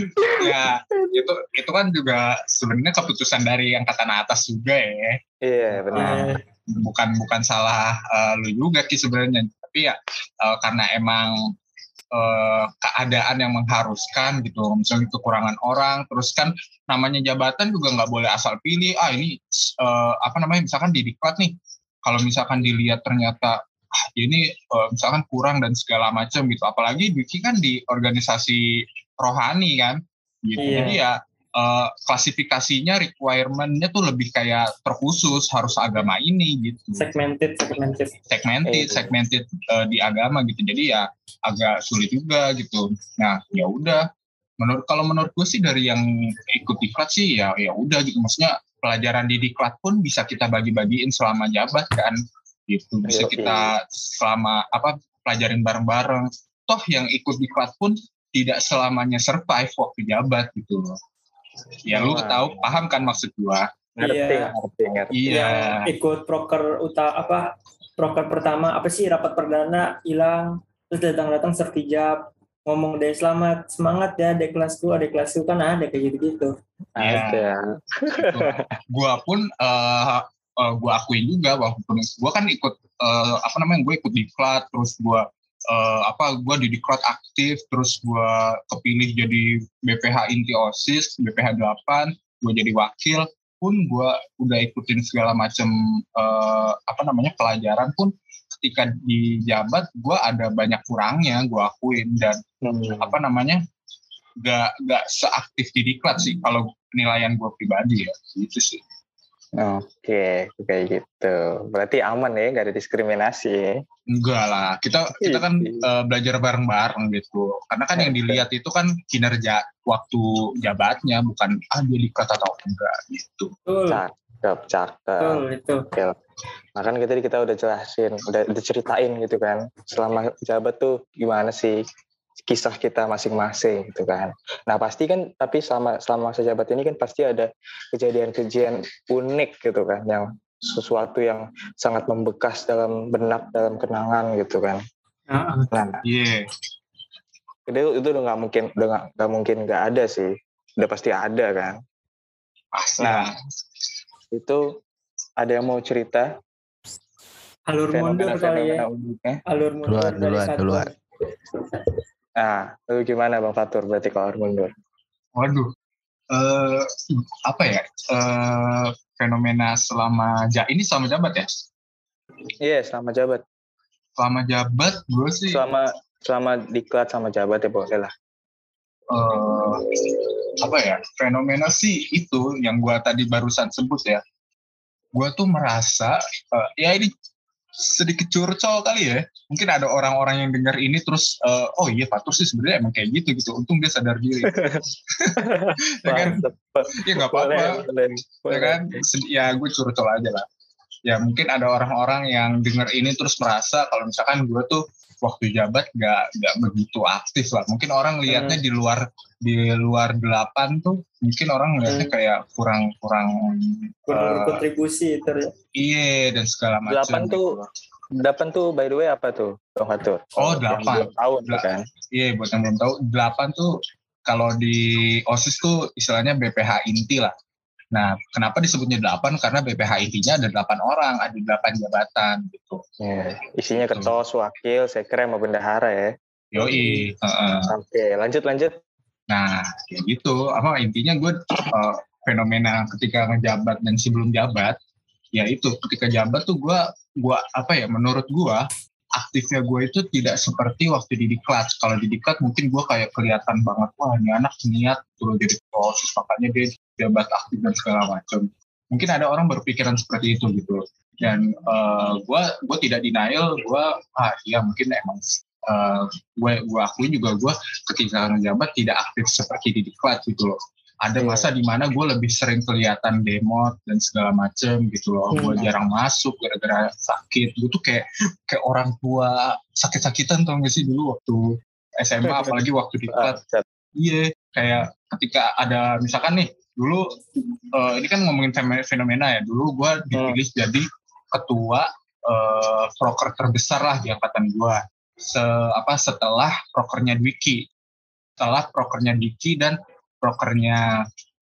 Ya itu itu kan juga sebenarnya keputusan dari angkatan atas juga ya. Iya benar. Eh, Bukan bukan salah eh, lu juga Ki sebenarnya. Tapi ya eh, karena emang eh, keadaan yang mengharuskan gitu, misalnya kekurangan orang, terus kan namanya jabatan juga nggak boleh asal pilih. Ah ini eh, apa namanya misalkan di diklat nih, kalau misalkan dilihat ternyata ah, ini eh, misalkan kurang dan segala macam gitu. Apalagi Dwiki kan di organisasi rohani kan, gitu. Iya. Jadi ya eh, klasifikasinya requirement-nya tuh lebih kayak terkhusus harus agama ini gitu. segmented, segmented. segmented, Eh. segmented uh, di agama gitu. Jadi ya agak sulit juga gitu. Nah, ya udah. Menurut kalau menurut gue sih dari yang ikut diklat sih ya ya udah gitu. Maksudnya pelajaran di diklat pun bisa kita bagi-bagiin selama jabat kan. Gitu. Bisa Yoi. kita selama apa pelajarin bareng-bareng. Toh yang ikut diklat pun tidak selamanya survive waktu jabat gitu loh. Ya lu Wah. tahu paham kan maksud gua? Ngerti, Iya. ngerti, ngerti. Iya. Yang ikut proker uta apa proker pertama apa sih rapat perdana hilang terus datang-datang sertijab ngomong deh selamat semangat ya adik kelasku adik kelasku kan ada kayak gitu-gitu. Iya. Ada. Gitu. Gua pun uh, uh, gua akuin juga walaupun gua kan ikut uh, apa namanya gue ikut diklat terus gua uh, apa gua di diklat aktif terus gua kepilih jadi B P H inti OSIS B P H delapan gua jadi wakil pun gua udah ikutin segala macam uh, apa namanya pelajaran pun ketika di jabat gua ada banyak kurangnya gua akuin dan Hmm. apa namanya gak gak seaktif di diklat sih kalau penilaian gue pribadi ya gitu sih. Oke, kayak gitu. Berarti aman ya, nggak ada diskriminasi ya? Enggak lah, kita kita kan Iya. uh, belajar bareng-bareng gitu. Karena kan yang dilihat itu kan kinerja waktu jabatnya, bukan ah dia diklat atau enggak gitu. Betul. Cakep, cakep. Betul itu. Nah kan kita kita udah jelasin, udah diceritain gitu kan. Selama jabat tuh gimana sih kisah kita masing-masing gitu kan. Nah pasti kan, tapi selama selama masa jabat ini kan pasti ada kejadian-kejadian unik gitu kan, yang sesuatu yang sangat membekas dalam benak, dalam kenangan gitu kan. Uh-uh. Nah Iya. itu itu udah nggak mungkin, udah nggak nggak mungkin nggak ada sih, udah pasti ada kan. Pasti. Nah itu ada yang mau cerita Alur mundur kali ya. fenomena uniknya? Alur mundur Duluan, dari duluan, satu. duluan. Nah, lu gimana Bang Fatur berarti kalau alur mundur? Waduh. Eh apa ya? Eh fenomena selama ja ini selama jabat ya? Iya, yeah, selama jabat. Selama jabat gue sih Selama selama diklat sama jabat ya boleh lah. eh apa ya? Fenomena sih itu yang gue tadi barusan sebut ya. Gue tuh merasa eh, ya ini sedikit curcol kali ya. Mungkin ada orang-orang yang dengar ini terus uh, oh iya Fatur sih sebenarnya emang kayak gitu gitu. Untung dia sadar diri. Ya kan? Ya nggak apa-apa. Ya kan? Ya gue curcol aja lah. Ya mungkin ada orang-orang yang dengar ini terus merasa kalau misalkan gue tuh waktu jabat nggak nggak begitu aktif lah. Mungkin orang lihatnya Hmm. di luar di luar delapan tuh mungkin orang lihatnya Hmm. kayak kurang kurang kurang eh, berkontribusi itu ya. iye dan segala macam. Delapan tuh delapan tuh by the way apa tuh? Bang Fatur. Oh, Yang delapan. belum tahu tuh Dela- kan. Iya, buat yang belum tahu, delapan tuh kalau di OSIS tuh istilahnya B P H inti lah. Nah, kenapa disebutnya delapan? Karena B P H intinya ada delapan orang, ada delapan jabatan gitu. Ya, isinya Gitu. ketos, wakil, sekre, sama bendahara ya. Yoi. heeh. Oke, lanjut lanjut. Nah, ya gitu. Apa intinya gue uh, fenomena ketika ngejabat dan sebelum jabat, ya itu ketika jabat tuh gue, gue apa ya? Menurut gue aktifnya gue itu tidak seperti waktu di diklat. Kalau di diklat mungkin gue kayak kelihatan banget, wah ini anak niat tuh jadi ketua OSIS, makanya dia jabat aktif dan segala macam. Mungkin ada orang berpikiran seperti itu gitu. Dan uh, gue gue tidak denial, gue ah iya mungkin emang uh, gue gue akui juga gue ketika ngejabat tidak aktif seperti di diklat gitu loh. Ada Iya. masa di mana gue lebih sering kelihatan demot dan segala macem gitu loh. Hmm. Gue jarang masuk gara-gara sakit. Gue tuh kayak kayak orang tua sakit-sakitan tau gak sih dulu waktu S M A, apalagi waktu di Ah, diklat. set. Iya, kayak ketika ada misalkan nih dulu eh, ini kan ngomongin fem- fenomena ya. Dulu gue dipilih jadi ketua eh, proker terbesar lah di angkatan gue. Se apa setelah prokernya Dwiki, setelah prokernya Dwiki dan prokernya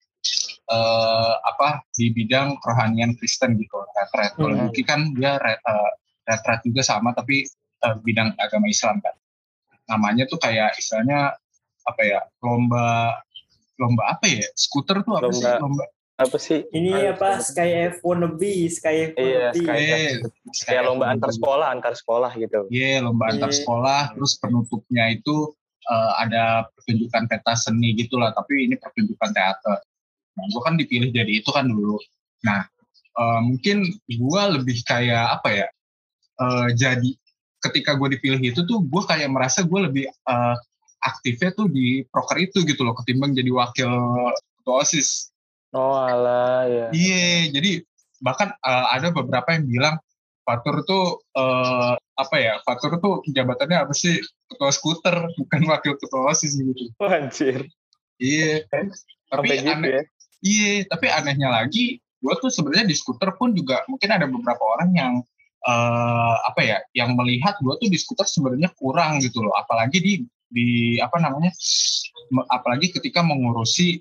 eh, apa di bidang kerohanian Kristen gitu, retret. Kalau Hmm. Dwiki kan dia re- eh, retret juga sama tapi eh, bidang agama Islam kan. Namanya tuh kayak istilahnya apa ya, lomba lomba apa ya, skuter tuh apa Lomba- sih lomba Apa sih? Ini apa Sky F wannabe, Sky F Iya, wannabe. Sky- eh Kayak lomba antar sekolah, antar sekolah gitu. Iya, lomba antar Iya. sekolah, terus penutupnya itu eh, ada pertunjukan pentas seni gitulah, tapi ini pertunjukan teater. Nah, gue kan dipilih jadi itu kan dulu. Nah, eh, mungkin gue lebih kayak apa ya? eh, jadi ketika gue dipilih itu tuh gue kayak merasa gue lebih eh, aktifnya tuh di proker itu gitu loh, ketimbang jadi wakil ketua OSIS. Oh alah ya. Iya, jadi bahkan uh, ada beberapa yang bilang Fatur tuh uh, apa ya? Fatur tuh jabatannya apa sih? Ketua skuter, bukan wakil ketua OSIS gitu. Oh, anjir. Iya. Tapi Sampai gitu aneh, ya. iya. Tapi anehnya lagi, gue tuh sebenarnya di skuter pun juga mungkin ada beberapa orang yang uh, apa ya? Yang melihat gue tuh di skuter sebenarnya kurang gitu loh. Apalagi di di apa namanya? Apalagi ketika mengurusi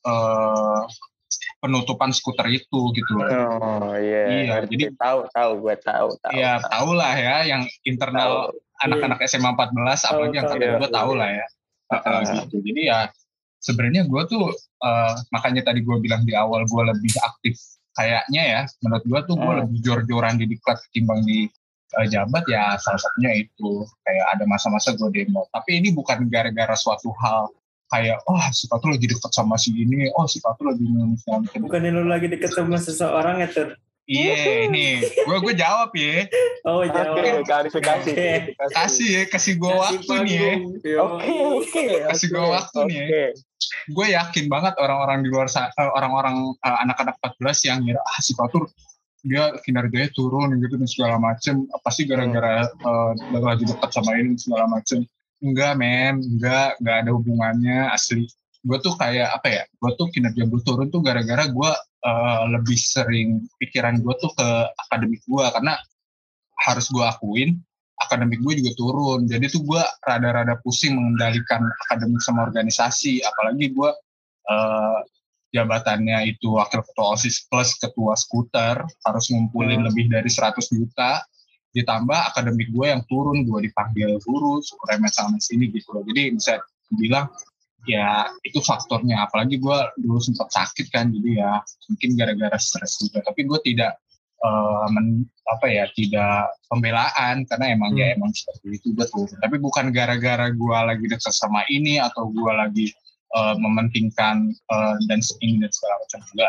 uh, penutupan skuter itu gitu loh. Oh iya. Iya, Ngerti. jadi tahu tahu gue tahu tahu. Iya, tahu. tahu lah ya yang internal anak-anak S M A empat belas, Tahu, apalagi yang tahu, kata gue iya. tahu lah ya. Uh, Ah. gitu. Jadi ya sebenarnya gue tuh uh, makanya tadi gue bilang di awal gue lebih aktif kayaknya ya. Menurut gue tuh gue Hmm. lebih jor-joran di diklat ketimbang di uh, jabat ya. Salah satunya itu kayak ada masa-masa gue demo. Tapi ini bukan gara-gara suatu hal kayak oh si Fatur lagi deket sama si ini, oh si Fatur lagi ngomong. Bukannya lu lagi deket sama seseorang ya, Tur? Iya, ini gue gue jawab ya. Oh, Oke, jawab. klarifikasi. Oke. Kasih ya, kasih gue Kasih waktu nih ya. panggung. Yo. Oke oke. Kasih oke, gua waktu nih ya. Oke. Gue yakin banget orang-orang di luar sana, eh, orang-orang eh, anak-anak empat belas yang ngira ah si Fatur dia kinerjanya turun gitu dan segala macem, pasti gara-gara uh, lagi dekat sama ini segala macem. Enggak men, enggak, enggak ada hubungannya asli. Gue tuh kayak apa ya, gue tuh kinerja gue turun tuh gara-gara gue uh, lebih sering pikiran gue tuh ke akademik gue, karena harus gue akuin akademik gue juga turun. Jadi tuh gue rada-rada pusing mengendalikan akademik sama organisasi, apalagi gue uh, jabatannya itu wakil ketua OSIS plus ketua skuter, harus ngumpulin Hmm. lebih dari seratus juta, ditambah akademik gue yang turun, gue dipanggil guru, suku remet sana sini gitu loh. Jadi bisa dibilang ya itu faktornya, apalagi gue dulu sempat sakit kan, jadi ya mungkin gara-gara stres juga. Tapi gue tidak uh, men, apa ya tidak pembelaan, karena emang Hmm. ya emang seperti itu betul. Tapi bukan gara-gara gue lagi dekat sama ini atau gue lagi uh, mementingkan uh, dan ini dan segala macam juga.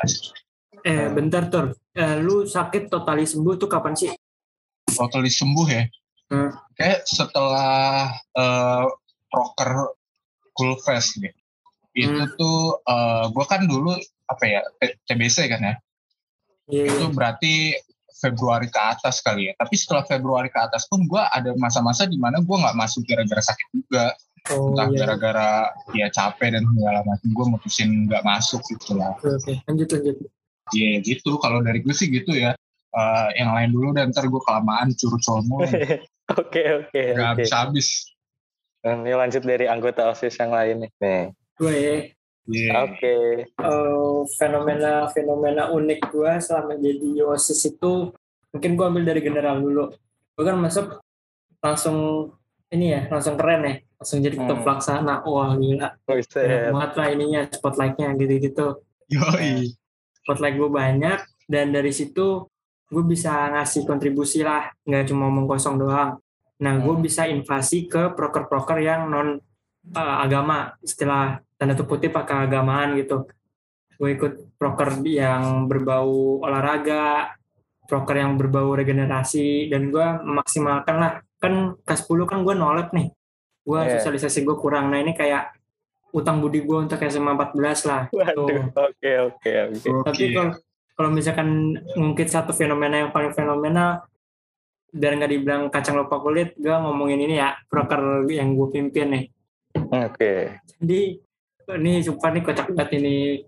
Eh, bentar, Tur. Eh, lu sakit totali sembuh tuh kapan sih? Totally sembuh ya. Hmm. Kayak setelah uh, proker Coolfest nih. Itu Hmm. tuh uh, gue kan dulu apa ya T B C kan ya. Iya. Itu berarti Februari ke atas kali ya. Tapi setelah Februari ke atas pun gue ada masa-masa di mana gue nggak masuk gara-gara sakit juga. Oh, Entah iya. gara-gara ya capek dan segala macam, gue mutusin nggak masuk gitu lah. Oke, oke. Lanjut, lanjut. Iya yeah, gitu. Kalau dari gue sih gitu ya. Uh, yang lain dulu dan ntar gue kelamaan curut sono. Oke oke. Gak habis-habis. Ini lanjut dari anggota OSIS yang lain nih. Nih. Gue ya. Yeah. Oke. Okay. Uh, fenomena-fenomena unik gue selama jadi OSIS itu, mungkin gue ambil dari general dulu. Gue kan masuk langsung ini ya, langsung keren ya, langsung jadi ketua hmm. pelaksana. Wah gila, banyak banget lah ininya, spotlightnya gitu-gitu. Yoi. Spotlight gue banyak, dan dari situ gue bisa ngasih kontribusi lah, nggak cuma omong kosong doang. Nah, gue hmm. bisa invasi ke proker-proker yang non uh, agama, istilah tanda kutip pakai agamaan gitu. Gue ikut proker yang berbau olahraga, proker yang berbau regenerasi, dan gue memaksimalkan lah. Kan K sepuluh kan gue nolep nih, gue yeah. sosialisasi gue kurang. Nah ini kayak utang budi gue untuk S M A empat belas lah. Waduh, oke oke oke. Tapi kalau kalau misalkan ngungkit satu fenomena yang paling fenomenal, biar nggak dibilang kacang lupa kulit, gue ngomongin ini ya, proker yang gue pimpin nih. Oke. Okay. Jadi ini sumpah nih kocak banget ini.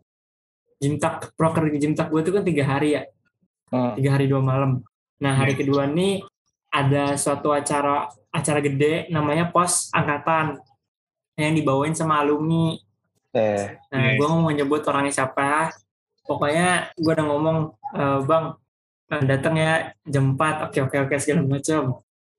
Jimtak, proker di Jimtak gue itu kan tiga hari ya, hmm. tiga hari dua malam. Nah hari kedua nih ada suatu acara acara gede namanya pos angkatan yang dibawain sama alumni. Eh, nah gue mau menyebut orangnya siapa. Pokoknya gue udah ngomong, e, bang datang ya jam empat, oke oke oke segala macam.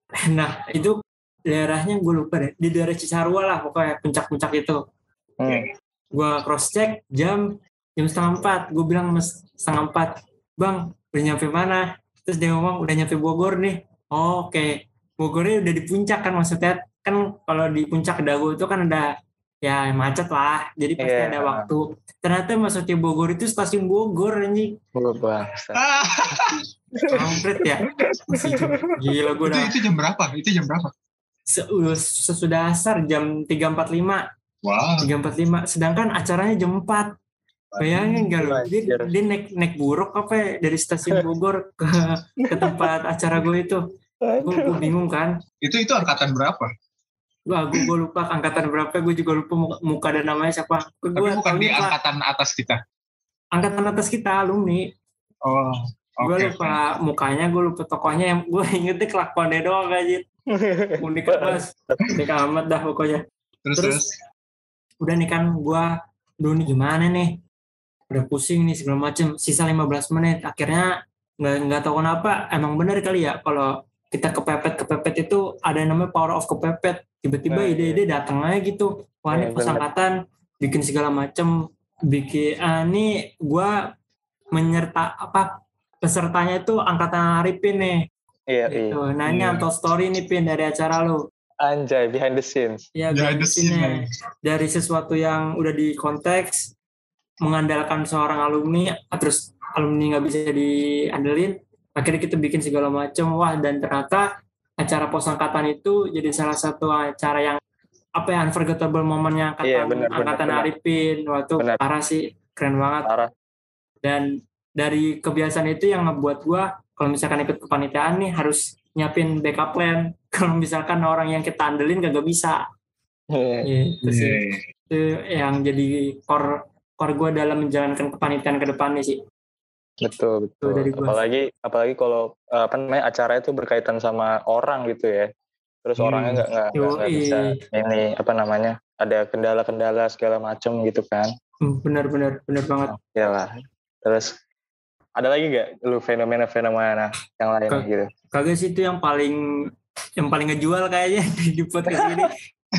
Nah itu daerahnya gue lupa deh, di daerah Cisarua lah pokoknya, puncak-puncak itu. Hmm. Gue cross check jam jam setengah empat, gue bilang mas setengah empat, bang udah nyampe mana? Terus dia ngomong udah nyampe Bogor nih. Oh, oke, okay. Bogornya udah di puncak kan, maksudnya kan kalau di puncak Dago itu kan ada ya macet lah, jadi pasti yeah. ada waktu. Ternyata maksudnya Bogor itu stasiun Bogor anjing. Oh bangsa. Kampret ya. Masih gila gue dah. Itu, itu jam berapa? Itu jam berapa? Sesudah asar jam tiga empat puluh lima. Wow. tiga empat puluh lima, sedangkan acaranya jam empat. Bayangin gak lo, dia, dia naik, naik buruk apa ya, dari stasiun Bogor ke, ke tempat acara gue itu. Gue, gue bingung kan. Itu itu angkatan berapa? Wah, gue, gue lupa angkatan berapa, gue juga lupa muka, muka dan namanya siapa. Gue, Tapi bukan di lupa. Angkatan atas kita? Angkatan atas kita, alumni. Oh, oke. Gue lupa okay. mukanya, gue lupa tokohnya, yang gue ingetnya kelakuannya doang aja. Unik mas, unik amat dah pokoknya. Terus, terus, terus udah nih kan, gue, duh nih gimana nih? Udah pusing nih segala macem, sisa lima belas menit, akhirnya nggak nggak tahu kenapa, emang benar kali ya kalau kita kepepet kepepet itu ada yang namanya power of kepepet, tiba-tiba nah, ide-ide iya. datang aja gitu, wah ini pas angkatan bikin segala macem, bikin ah, ini gue menyerta apa pesertanya itu angkatan Arifin nih, iya, gitu. Iya. Nanya iya. atau story nih Pin dari acara lu. Anjay, behind the scenes. Ya behind the scene dari sesuatu yang udah di konteks mengandalkan seorang alumni, terus alumni nggak bisa diandelin, akhirnya kita bikin segala macam, wah dan ternyata acara pos angkatan itu jadi salah satu acara yang apa ya unforgettable momennya angkatan, iya, bener, angkatan bener, Arifin, waktu parah sih, keren banget. Parah. Dan dari kebiasaan itu yang ngebuat gua kalau misalkan ikut kepanitiaan nih harus nyiapin backup plan, kalau misalkan orang yang kita andelin gak bisa, yeah. gitu sih, yeah. Itu yang jadi core core gue dalam menjalankan kepanitiaan ke depannya sih. Betul, betul. Apalagi apalagi kalau apa namanya acara itu berkaitan sama orang gitu ya. Terus hmm. orangnya nggak nggak nggak bisa ini apa namanya ada kendala-kendala segala macam gitu kan. Benar-benar benar banget. Ya lah. Terus ada lagi nggak lu fenomena-fenomena yang lain K- gitu? Kagak sih, itu yang paling yang paling ngejual kayaknya di podcast ini.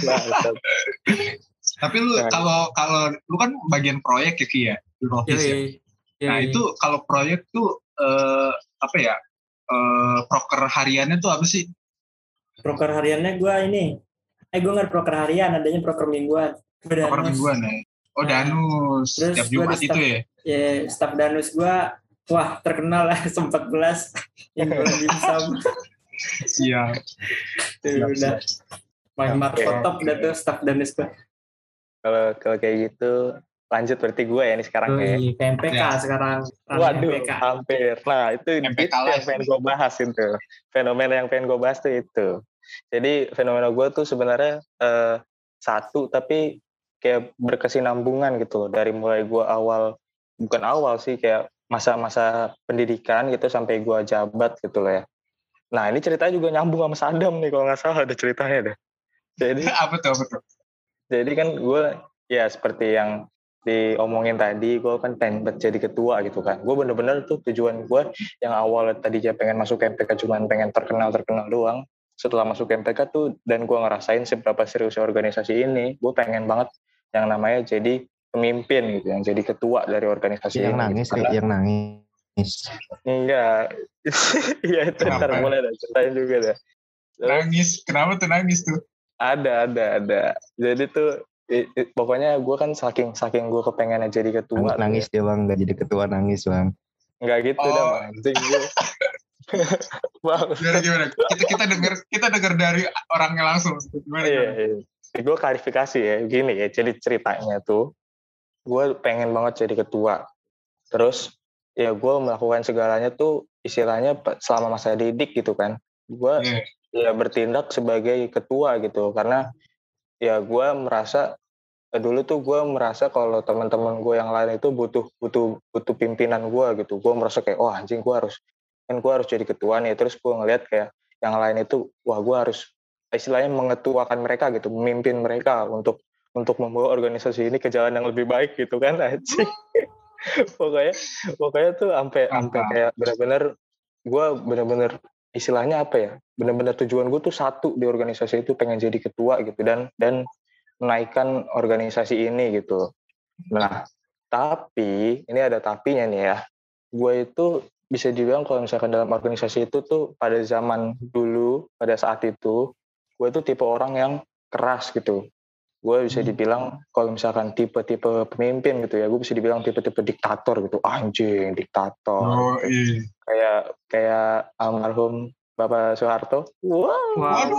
Tapi lu kalau kalau lu kan bagian proyek ya Ki ya, di office ya. ya. Nah itu kalau proyek tuh eh, apa ya eh, proker hariannya tuh apa sih? Proker hariannya gue ini, eh gue nggak proker harian, adanya proker mingguan. Proker mingguan ya. Oh Danus, nah, tiap Jumat itu ya? Ya, staf Danus gue, wah terkenal lah, sempat belas yang bulan dimsum. Siap. Tuh udah, main markotop udah tuh staf Danus gue. Kalau kalau kayak gitu, lanjut berarti gue ya ini sekarang Oh, ya. iya, P M P K Ya. sekarang. Ranah Waduh, M P K. hampir. Nah, itu, M P K itu yang live. pengen gue bahas itu. Fenomena yang pengen gue bahas tuh itu. Jadi fenomena gue tuh sebenarnya eh, satu, tapi kayak berkesinambungan gitu loh. Dari mulai gue awal, bukan awal sih, kayak masa-masa pendidikan gitu sampai gue jabat gitu loh ya. Nah, ini ceritanya juga nyambung sama Sadam nih kalau nggak salah ada ceritanya deh. Jadi apa tuh, apa tuh? jadi kan gue ya seperti yang diomongin tadi, gue kan pengen jadi ketua gitu kan. Gue bener-bener tuh tujuan gue yang awal tadi aja pengen masuk M P K cuman pengen terkenal-terkenal doang. Setelah masuk M P K tuh dan gue ngerasain seberapa serius organisasi ini, gue pengen banget yang namanya jadi pemimpin gitu, yang jadi ketua dari organisasi Yang ini. nangis gitu. kayak yang nangis. Enggak. Iya itu ntar Kenapa? mulai dah, ceritain juga dah. Terus, Nangis, kenapa tuh nangis tuh? ada, ada, ada. Jadi tuh i- i- pokoknya gue kan saking saking gue kepengennya jadi ketua Nangis, nangis dia bang, nggak jadi ketua nangis bang. nggak gitu Oh. dah anjing gue. Bang, Gimana, gimana? Kita kita dengar kita dengar dari orangnya langsung. Gimana? iya, gimana? iya. Gue klarifikasi ya, gini ya. Jadi ceritanya tuh, gue pengen banget jadi ketua. Terus ya gue melakukan segalanya tuh istilahnya pe- selama masa didik gitu kan. Gue Iya. ya bertindak sebagai ketua gitu, karena ya gue merasa eh, dulu tuh gue merasa kalau teman-teman gue yang lain itu butuh butuh butuh pimpinan gue gitu. Gue merasa kayak wah anjing gue harus kan gue harus jadi ketua nih. Terus gue ngeliat kayak yang lain itu wah gue harus istilahnya mengetuakan mereka gitu, memimpin mereka untuk untuk membawa organisasi ini ke jalan yang lebih baik gitu kan anjing. pokoknya pokoknya tuh sampai sampai kayak benar-benar gue benar-benar istilahnya apa ya, benar-benar tujuan gue tuh satu di organisasi itu pengen jadi ketua gitu dan dan menaikkan organisasi ini gitu. Nah, tapi ini ada tapinya nih ya. Gue itu bisa dibilang kalau misalkan dalam organisasi itu tuh pada zaman dulu, pada saat itu, gue tuh tipe orang yang keras gitu. Gue bisa dibilang kalau misalkan tipe-tipe pemimpin gitu ya, gue bisa dibilang tipe-tipe diktator gitu. Anjing, diktator. Oh iya. Kayak kayak almarhum Bapak Soeharto. Wow.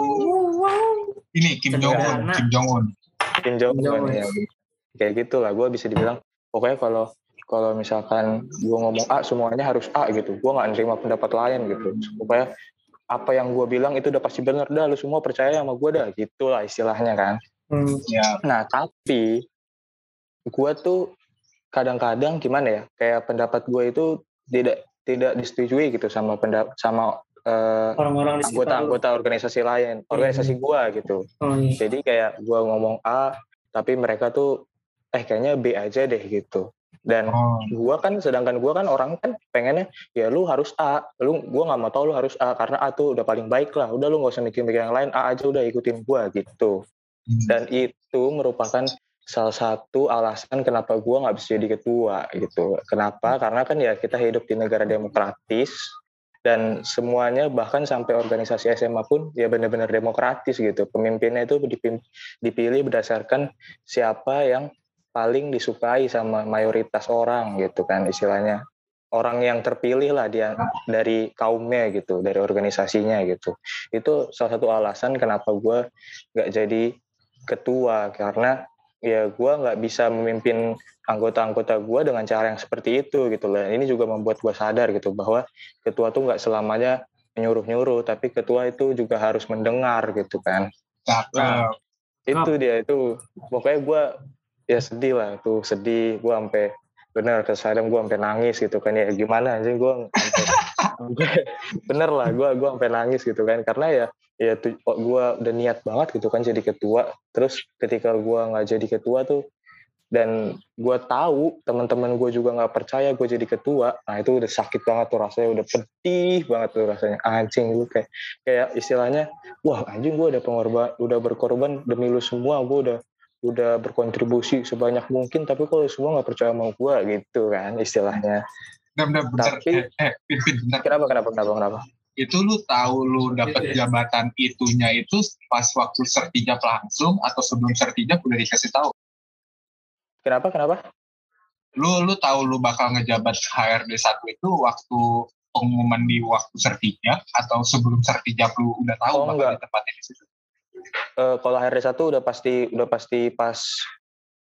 Waduh. Ini Kim Jong Un, Sederhana. Kim Jong Un. Kim Jong Kim Jong Un Un. ya. Kayak gitulah, gue bisa dibilang pokoknya kalau kalau misalkan gue ngomong A semuanya harus A gitu, gue nggak nerima pendapat lain gitu, supaya apa yang gue bilang itu udah pasti benar dah, lu semua percaya sama gue dah, gitulah istilahnya kan. Hmm. Ya. Nah tapi gue tuh kadang-kadang gimana ya, kayak pendapat gue itu tidak tidak disetujui gitu sama pendapat sama uh, Orang-orang di sekitar lu. anggota-anggota organisasi lain, organisasi gue gitu. Oh, iya. Jadi kayak gue ngomong A, tapi mereka tuh eh kayaknya B aja deh gitu. Dan Oh. gue kan, sedangkan gue kan orang kan pengennya ya lu harus A, lu gue nggak mau tahu lu harus A karena A tuh udah paling baik lah. Udah lu nggak usah mikir-mikir yang lain, A aja udah ikutin gue gitu. Hmm. Dan itu merupakan salah satu alasan kenapa gue nggak bisa jadi ketua gitu. Kenapa? Karena kan ya kita hidup di negara demokratis. Dan semuanya bahkan sampai organisasi S M A pun ya benar-benar demokratis gitu. Pemimpinnya itu dipilih berdasarkan siapa yang paling disukai sama mayoritas orang gitu kan istilahnya. Orang yang terpilih lah dia dari kaumnya gitu, dari organisasinya gitu. Itu salah satu alasan kenapa gue gak jadi ketua, karena ya gue gak bisa memimpin anggota-anggota gue dengan cara yang seperti itu gitu loh. Ini juga membuat gue sadar gitu bahwa ketua tuh nggak selamanya menyuruh-nyuruh, tapi ketua itu juga harus mendengar gitu kan. Nah, itu dia itu pokoknya gue ya sedih lah tuh, sedih gue sampai bener kesadam gue sampai nangis gitu kan ya gimana anjing gue bener lah gue gue sampai nangis gitu kan karena ya ya tuh, gue udah niat banget gitu kan jadi ketua, terus ketika gue nggak jadi ketua tuh dan gue tahu teman-teman gue juga nggak percaya gue jadi ketua, nah itu udah sakit banget tuh rasanya, udah pedih banget tuh rasanya anjing gue kayak kayak istilahnya wah anjing gue udah pengorban udah berkorban demi lu semua, gue udah udah berkontribusi sebanyak mungkin tapi kalau semua nggak percaya sama gue gitu kan istilahnya. Bentar, bentar, tapi eh, eh Pin, bentar. kenapa kenapa kenapa kenapa itu lu tahu lu dapet jabatan itunya itu pas waktu sertijab langsung atau sebelum sertijab udah dikasih tahu? Kenapa kenapa? Lu lu tahu lu bakal ngejabat H R D satu itu waktu pengumuman di waktu sertijab atau sebelum sertijab lu udah tahu oh, bakal ditempatin di situ? Uh, kalau H R D satu udah pasti udah pasti pas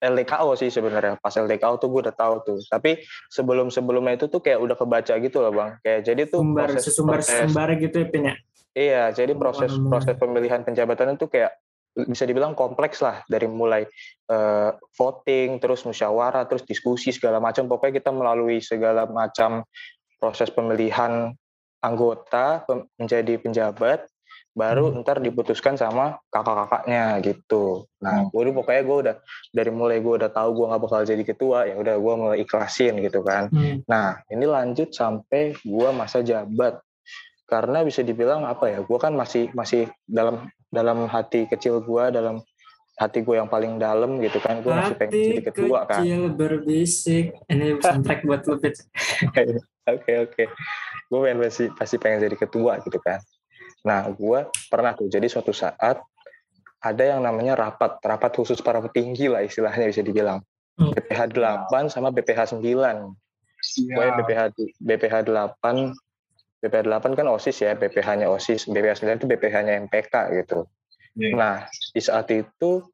L D K O sih sebenarnya. Pas L D K O tuh gue udah tahu tuh. Tapi sebelum-sebelumnya itu tuh kayak udah kebaca gitu loh Bang. Kayak jadi tuh Sumber, proses sesumber proses sumber gitu ya Pin ya. Iya, jadi Omongan-omongan. proses proses pemilihan penjabatan itu kayak bisa dibilang kompleks lah, dari mulai uh, voting, terus musyawarah, terus diskusi segala macam. Pokoknya kita melalui segala macam proses pemilihan anggota pem- menjadi penjabat, baru Hmm. ntar diputuskan sama kakak-kakaknya gitu. Nah, gue dulu pokoknya gue udah dari mulai gue udah tahu gue nggak bakal jadi ketua, ya udah gue mulai ikhlasin gitu kan. Hmm. Nah, ini lanjut sampai gue masa jabat. Karena bisa dibilang apa ya, gue kan masih masih dalam dalam hati kecil gue, dalam hati gue yang paling dalam gitu kan, gue masih pengen Hati jadi ketua kan. kecil berbisik. Ini soundtrack buat lu Pin. Oke oke, gue pengen pasti pasti pengen jadi ketua gitu kan. Nah, gue pernah tuh jadi suatu saat ada yang namanya rapat rapat khusus para petinggi lah istilahnya bisa dibilang. Hmm. B P H delapan sama B P H sembilan. Gue Siap. B P H B P H delapan B P H delapan kan OSIS ya, B P H-nya OSIS, B P H sembilan itu B P H-nya M P K gitu. Iya. Nah, di saat itu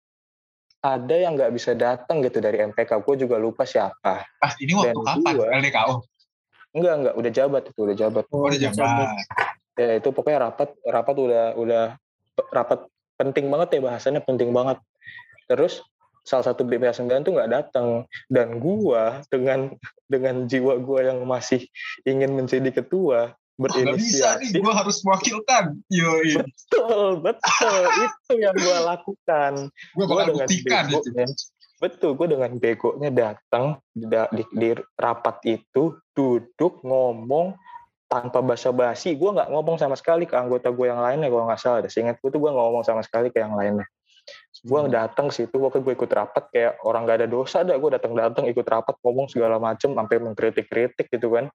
ada yang nggak bisa datang gitu dari M P K, gue juga lupa siapa. Ah, ini waktu Dan kapan? gua- L D K O? Enggak, enggak, udah jabat itu, udah jabat. Oh, udah jabat. Ya itu pokoknya rapat, rapat udah, udah rapat penting banget ya bahasanya, penting banget. Terus salah satu B P H sembilan tuh nggak datang, dan gua dengan dengan jiwa gua yang masih ingin menjadi ketua, Oh, nggak bisa nih, berinisiatif. gue harus mewakilkan. Yoi. Betul, betul. Itu yang gue lakukan. Gue Gue bakal dengan buktikan itu. begonya, betul, gue dengan begonya datang di, di, di rapat itu, duduk, ngomong, tanpa basa-basi. Gue nggak ngomong sama sekali ke anggota gue yang lainnya, kalau nggak salah. Seingat gue tuh gue nggak ngomong sama sekali ke yang lainnya. Gue datang situ, waktu gue ikut rapat, kayak orang nggak ada dosa dah. Gue datang-datang ikut rapat, ngomong segala macem, sampai mengkritik-kritik gitu kan.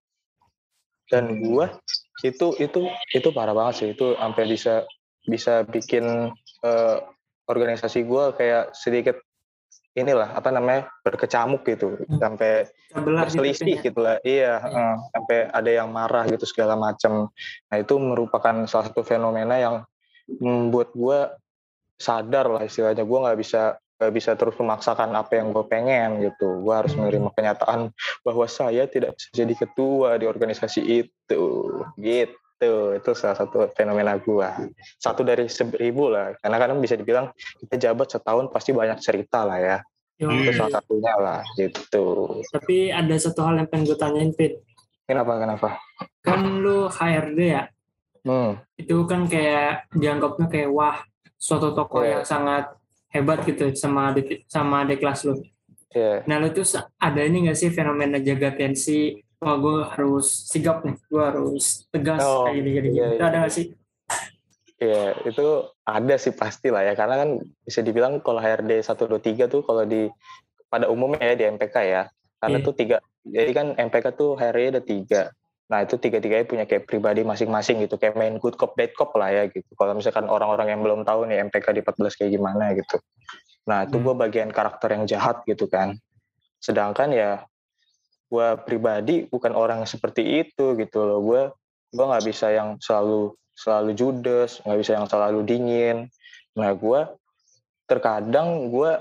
Dan gue itu itu itu parah banget sih, itu sampai bisa bisa bikin uh, organisasi gue kayak sedikit inilah apa namanya berkecamuk gitu, sampai berselisih gitu lah. Iya, uh, sampai ada yang marah gitu segala macam. Nah itu merupakan salah satu fenomena yang membuat gue sadar lah istilahnya, gue nggak bisa gak bisa terus memaksakan apa yang gue pengen gitu. Gue harus menerima kenyataan bahwa saya tidak bisa jadi ketua di organisasi itu gitu. Itu salah satu fenomena gue, satu dari seribu lah, karena kadang bisa dibilang kita jabat setahun pasti banyak cerita lah ya. Yo, itu salah satunya lah gitu. Tapi ada satu hal yang pengen gue tanyain Pit. Kenapa kenapa Kan lu H R D ya, hmm. itu kan kayak dianggapnya kayak wah suatu tokoh Yeah. yang sangat hebat gitu sama adik sama adik kelas lu. Yeah. Nah lu tuh ada ini nggak sih fenomena jaga tensi? Wah gue harus sigap nih, gue harus tegas Oh, kayak gini-gini. iya, Itu iya. ada nggak sih? Ya itu ada sih pasti lah ya, karena kan bisa dibilang kalau H R D satu dua tiga tuh kalau di pada umumnya ya di M P K ya, karena Iya. tuh tiga, jadi kan M P K tuh H R D ada tiga. Nah itu tiga-tiganya punya kayak pribadi masing-masing gitu, kayak main good cop bad cop lah ya gitu. Kalau misalkan orang-orang yang belum tahu nih M P K di empat belas kayak gimana gitu. Nah itu gue bagian karakter yang jahat gitu kan. Sedangkan ya gue pribadi bukan orang yang seperti itu gitu loh. Gue gue nggak bisa yang selalu selalu judes, nggak bisa yang selalu dingin. Nah gue terkadang gue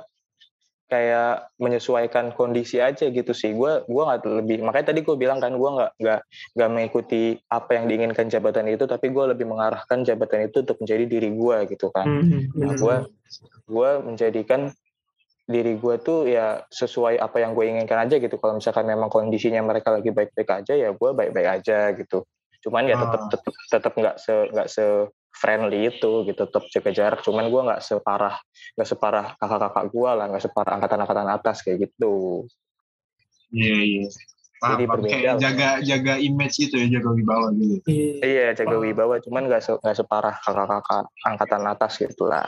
kayak menyesuaikan kondisi aja gitu sih. Gue gue nggak lebih, makanya tadi gue bilang kan gue nggak nggak nggak mengikuti apa yang diinginkan jabatan itu, tapi gue lebih mengarahkan jabatan itu untuk menjadi diri gue gitu kan. Hmm, Nah gue gue menjadikan diri gue tuh ya sesuai apa yang gue inginkan aja gitu. Kalau misalkan memang kondisinya mereka lagi baik-baik aja, ya gue baik-baik aja gitu. Cuman ya tetap tetap tetap nggak se nggak se friendly itu gitu, tetap jaga jarak. Cuman gue nggak separah nggak separah kakak-kakak gue lah, nggak separah angkatan-angkatan atas kayak gitu. Iya iya. Paham, Jadi paham. berbeda Kayak lah. jaga jaga image itu ya, jaga wibawa gitu. Iya. Iya jaga wibawa, cuman nggak se nggak separah kakak-kakak angkatan atas gitulah.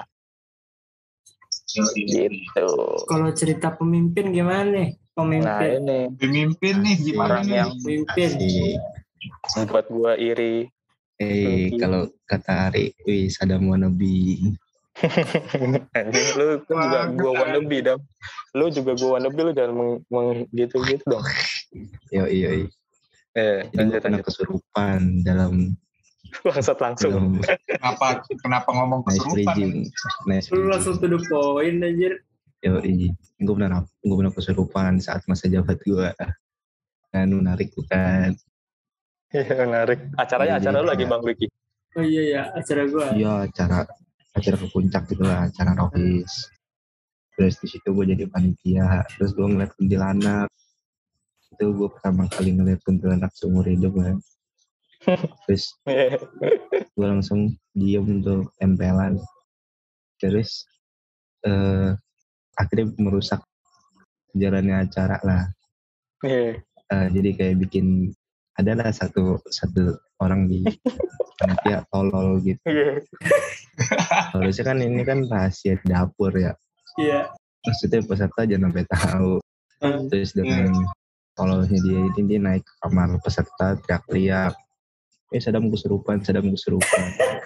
Gitu. Kalau cerita pemimpin gimana nih? Nah Pemimpin. ini Pemimpin nih gimana orang nih? yang Pemimpin. Asik. membuat gue iri. Eh, kalau kata Ari, wih, sadam wannabe. Anjing, lu kan juga Wah, gue wannabe dong. Lu juga gue wannabe, lu jangan meng, meng- gitu-gitu dong. Yo, yo, Eh, Jadi gue lanjut pernah lanjut. kesurupan dalam Bangsat langsung. dalam Kenapa kenapa ngomong nice kesurupan? bridging. Nice Lu bridging. langsung to the point anjir. Yo, gue pernah gue pernah kesurupan saat masa jabat gue. Kan menarik bukan? Iya menarik. Acaranya Iya, acara jadi lu lagi kayak- Bang Ricky. Oh iya ya, acara gue. Iya, acara acara ke puncak gitu lah, acara rohis. Terus di situ gue jadi panitia. Terus gue ngeliat kuntilanak. Itu gue pertama kali ngeliat kuntilanak seumur hidup kan. Terus gue langsung diem tuh tempelan. Terus eh, akhirnya merusak jalannya acara lah. Iya. Eh, jadi kayak bikin adalah satu satu orang di panitia tolol gitu. Iya. Harusnya kan ini kan rahasia dapur ya. Iya. Maksudnya peserta jangan sampai tahu. Hmm. Terus dengan tololnya dia ini dia naik ke kamar peserta teriak-teriak. Eh Sadam kesurupan, Sadam kesurupan.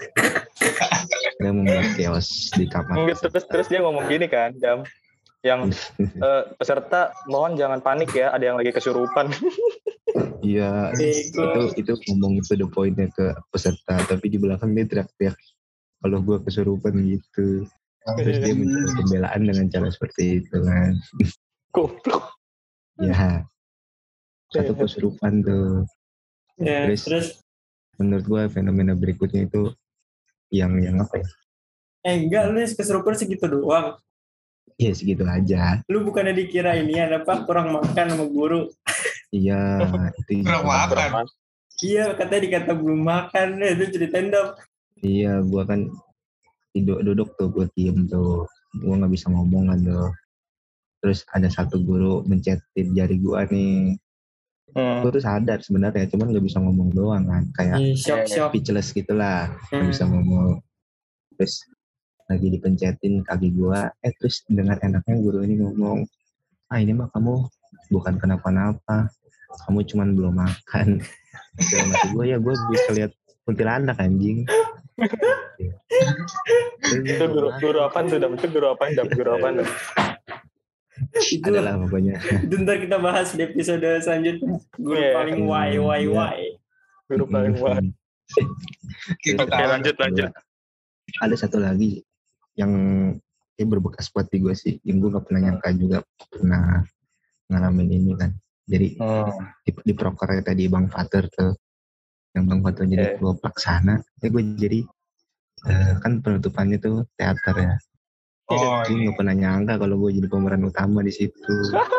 Dia membuat chaos di kamar. Terus, terus terus dia ngomong gini kan, Dam. Yang eh, peserta mohon jangan panik ya, ada yang lagi kesurupan. Iya, itu itu ngomong itu the pointnya ke peserta, tapi di belakang dia teriak-teriak kalau gue kesurupan gitu. Terus dia mencari pembelaan dengan cara seperti itu kan. Goblok. Ya, satu kesurupan tuh. Ya, Terus, terus menurut gue fenomena berikutnya itu yang yang apa ya? eh enggak lu kesurupan segitu doang. Iya segitu aja. Lu bukannya dikira ini ada apa kurang makan sama guru. Iya, itu Kurang juga. makan. Iya, katanya dikata belum makan. Eh, itu ceritain dong. Iya, gue kan duduk-duduk tuh, gue diem tuh, gue nggak bisa ngomong kan tuh. Terus ada satu guru mencetin jari gue nih. Hmm. Gue tuh sadar sebenarnya, cuman nggak bisa ngomong doang kan, kayak Ih, shock-shock. speechless gitulah, nggak Hmm. bisa ngomong. Terus lagi dipencetin kaki gue, eh terus dengan enaknya guru ini ngomong, ah ini mah kamu bukan kenapa-napa, kamu cuman belum makan. Dalam hati gue ya gue bisa lihat kuntilanak anjing. Itu guru guru apaan tuh, Dam? Itu guru apaan, Dam? Guru apaan, Dam? Itu Adalah pokoknya. itu ntar kita bahas di episode selanjutnya. Guru Iya. paling why why Iya. why. Guru paling wah. Kita Oke, tahu. lanjut lanjut. Ada satu lagi yang kayak berbekas buat di gue sih, yang gue gak pernah nyangka juga pernah ngalamin ini kan. Jadi Hmm. di, di proker tadi Bang Fatur tuh, yang Bang Fatur jadi Eh. ketua pelaksana, ya gue jadi eh, kan penutupannya tuh teater ya. Oh, Gue iya. gak pernah nyangka kalau gue jadi pemeran utama di situ.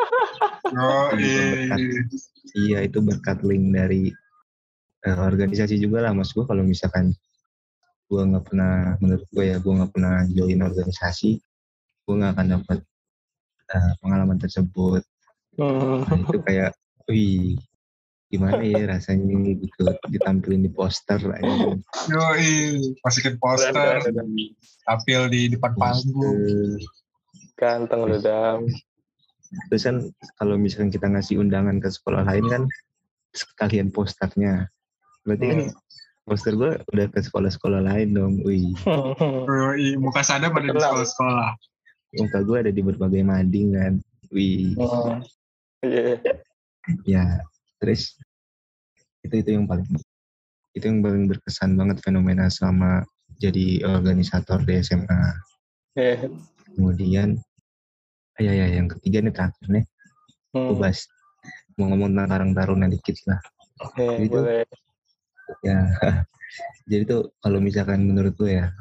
Oh, iya. Iya, itu berkat link dari eh, organisasi juga lah. Mas gue kalau misalkan gue nggak pernah, menurut gue ya, gue nggak pernah join organisasi, gue nggak akan dapat uh, pengalaman tersebut. Hmm. Nah, itu kayak, wih, gimana ya rasanya gitu ditampilin di poster aja. Yoi, masukin poster, Keren, keren, keren. tampil di depan panggung. Ganteng lu, Dam. Terus kan kalau misalkan kita ngasih undangan ke sekolah lain kan sekalian posternya. Berarti kan poster gue udah ke sekolah-sekolah lain dong. Wih, Yoi, muka Sadam ada di sekolah-sekolah. muka gue ada di berbagai mading kan. Wih, Hmm. Iya. ya. Terus itu itu yang paling itu yang paling berkesan banget fenomena selama jadi organisator di S M A. Iya. Kemudian, ya ya yang ketiga nih terakhir nih, gue Hmm. bahas mau ngomong tentang Karang Taruna dikit lah. Iya, Jadi tuh, boleh. ya, jadi tuh kalau misalkan menurut gue ya,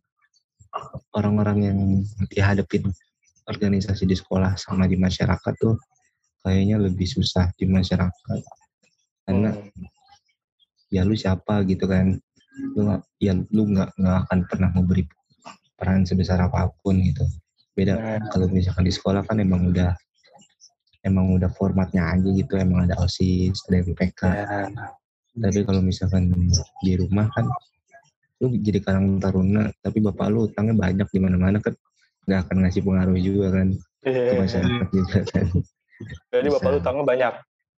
orang-orang yang dihadapin organisasi di sekolah sama di masyarakat tuh kayaknya lebih susah di masyarakat. Karena Hmm. ya lu siapa gitu kan, lu gak, ya lu nggak nggak akan pernah memberi peran sebesar apapun gitu. Beda Nah. kalau misalkan di sekolah kan emang udah emang udah formatnya aja gitu, emang ada OSIS, ada M P K. Ya. Tapi kalau misalkan di rumah kan lu jadi Karang Taruna tapi bapak lu utangnya banyak di mana-mana kan nggak akan ngasih pengaruh juga kan ke Iya. masyarakat juga kan. Jadi Bisa. bapak lu tangga banyak.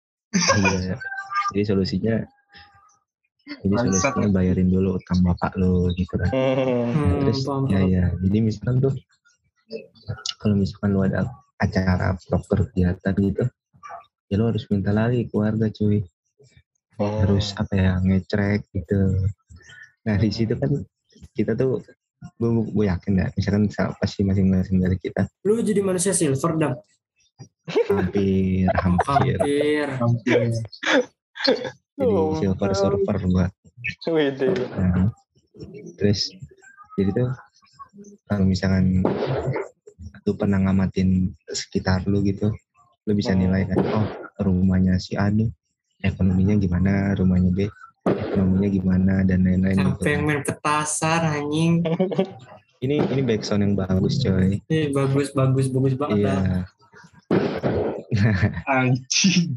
Iya. Jadi solusinya jadi Bangsat. solusinya bayarin dulu utang bapak lu gitu kan. Hmm. Nah, terus paham, ya paham. ya jadi misalkan tuh kalau misalkan lu ada acara proker kegiatan gitu ya lu harus minta lagi keluarga cuy, harus apa ya ngecek gitu. Nah di situ kan kita tuh gue gue yakin dah misalkan pasti masing-masing dari kita Lu jadi manusia silver dong. hampir hampir Hampir. Hampir. jadi silver surfer gue. Wih, Nah, terus jadi tuh kalau misalkan lu pernah ngamatin sekitar lu gitu, lu bisa nilai kan, oh rumahnya si A nih ekonominya gimana, rumahnya B ekonominya gimana dan lain-lain. Sampai gitu. main petasan anjing. Ini ini backsound yang bagus coy. Eh, bagus bagus bagus banget Iya. dah. Anjing.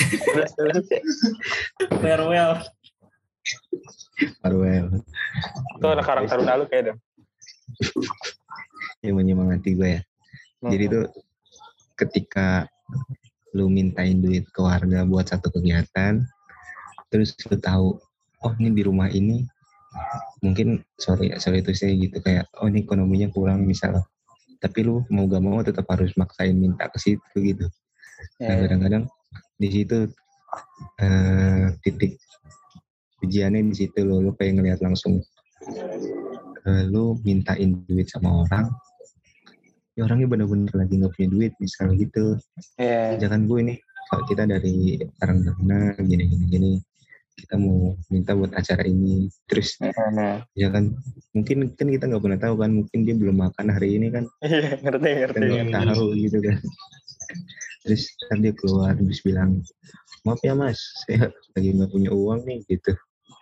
Farewell. Farewell. Itu anak Karang Taruna lu kayak dong. Yang menyemangati gue ya. Jadi tuh ketika lu mintain duit ke warga buat satu kegiatan, terus lu tahu, oh ini di rumah ini mungkin sorry sorry itu saya gitu kayak, oh ini ekonominya kurang misalnya, tapi lu mau gak mau tetap harus maksain minta ke situ gitu. Nah kadang-kadang di situ eh, titik ujiannya di situ lo, lu kayak ngeliat langsung, eh, lu mintain duit sama orang. Ya orangnya bener-bener lagi nggak punya duit misalnya gitu. Iya. Jangan gue nih kalau kita dari Karang Taruna gini gini gini kita mau minta buat acara ini terus Iya. ya kan mungkin kan kita nggak pernah tahu kan mungkin dia belum makan hari ini kan Iya, ngerti ngerti. kan nggak tahu gitu kan terus kan dia keluar terus bilang maaf ya mas saya lagi nggak punya uang nih gitu.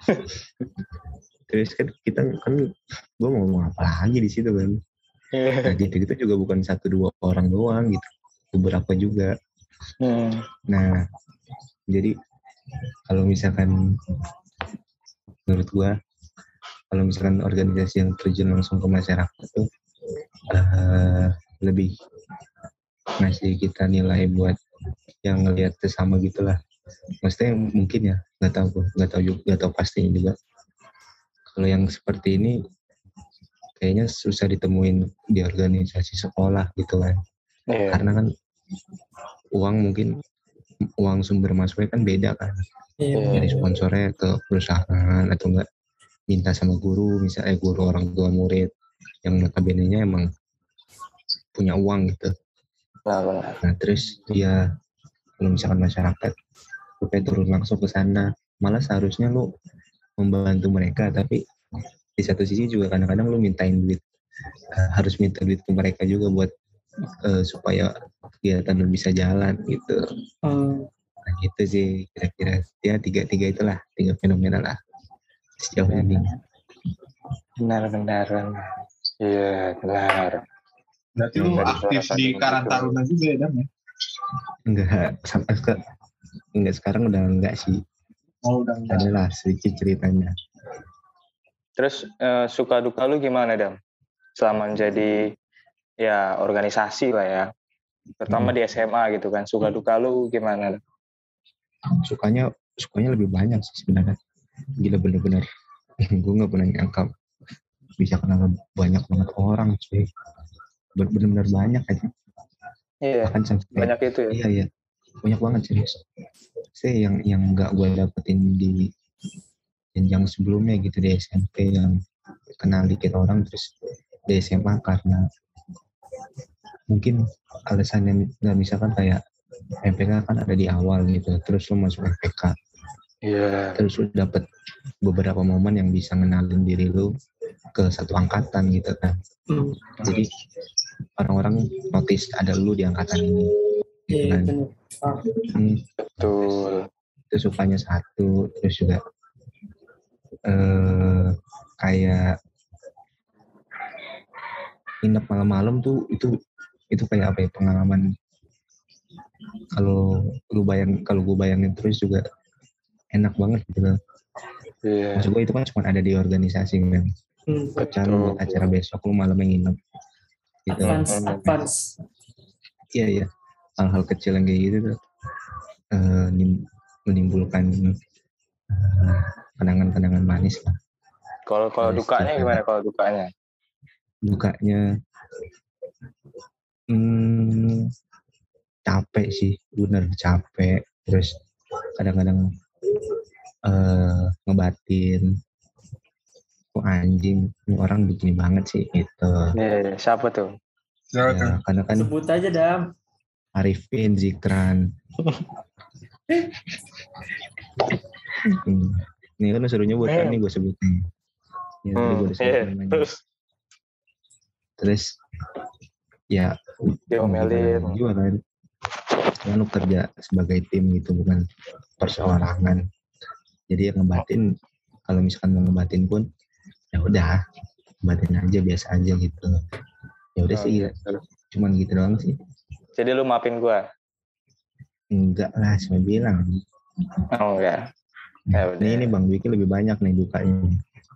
Terus kan kita kan gue mau ngomong apa lagi di situ kan. Nah gitu-gitu juga bukan satu dua orang doang gitu, beberapa juga. Hmm. Nah jadi kalau misalkan menurut gua, kalau misalkan organisasi yang terjun langsung ke masyarakat tuh uh, lebih ngasih kita nilai buat yang ngelihat sesama gitulah. Maksudnya mungkin ya nggak tahu nggak tahu juga nggak tahu pastinya juga. Kalau yang seperti ini kayaknya susah ditemuin di organisasi sekolah gitu kan. Yeah. Karena kan uang mungkin uang sumber masuknya kan beda kan. Iya. Dari sponsornya ke perusahaan atau enggak minta sama guru misalnya guru orang tua murid yang notabene-nya emang punya uang gitu. Nah, nah terus dia kalau misalkan masyarakat lu kayak turun langsung ke sana, malah seharusnya lu membantu mereka tapi di satu sisi juga kadang-kadang lu mintain duit, uh, harus minta duit ke mereka juga buat uh, supaya kegiatan lu bisa jalan gitu. Hmm. Nah gitu sih kira-kira ya tiga-tiga itulah tiga fenomena lah sejauh ini. Benar-benar. Iya benar. Berarti lu aktif di Karang Taruna juga ya Dam ya? Enggak sampai ke enggak sekarang udah enggak sih. Oh udah enggak. Adalah sedikit ceritanya. Terus uh, suka duka lu gimana Dam? Selama menjadi ya organisasi lah ya. Pertama hmm. di S M A gitu kan. Suka duka lu gimana? Sukanya sukanya lebih banyak sih sebenarnya. Gila bener-bener. Gue nggak pernah nyangka bisa kenal banyak banget orang cuy. Bener-bener banyak aja. Iya. Bahkan sampai, banyak itu ya. Iya iya. Banyak banget serius. Saya yang yang nggak gue dapetin di jenjang sebelumnya gitu di S M P yang kenal dikit orang terus di S M A karena mungkin alasannya nggak misalkan kayak M P K kan ada di awal gitu terus lo masuk M P K yeah. terus lo dapet beberapa momen yang bisa ngenalin diri lo ke satu angkatan gitu kan hmm. jadi orang-orang notice ada lo di angkatan ini gitu kan hmm. Betul itu sukanya satu terus juga Eh, kayak nginep malam-malam tuh itu itu kayak apa ya pengalaman kalau lu bayang kalau gue bayangin terus juga enak banget gitu kan. Yeah. Maksud gue itu kan cuma ada di organisasi kan. Hmm, acara buat acara besok lu malamnya nginep. Gitu. Advance, advance. Iya iya. Hal-hal kecil yang kayak gitu tuh uh, menimbulkan uh, kenangan-kenangan manis lah. Kalau kalau dukanya gimana kalau dukanya? Dukanya hmm, capek sih, bener capek. Terus kadang-kadang uh, ngebatin. kok anjing ini orang begini banget sih gitu. Iya, siapa tuh? Siapa tuh? Ya, karena kan Sebut aja Dam. Arifin, Zikran. hmm. Ini kan suruh nyebut kan, nih gue sebutin. Ya, tadi gue udah sebut Iya, namanya. terus Terus ya diomelin. juga kan. Kan lu kerja sebagai tim gitu, bukan perseorangan. Jadi yang ngebatin, kalau misalkan mau ngebatin pun ya udah ngebatin aja biasa aja gitu. Ya udah Oh, sih, ya. Cuman gitu doang sih. Jadi lu maafin gue? Enggak lah, saya bilang. Oh enggak. Nah, Ya udah. ini, ini Bang Dwiki lebih banyak nih dukanya.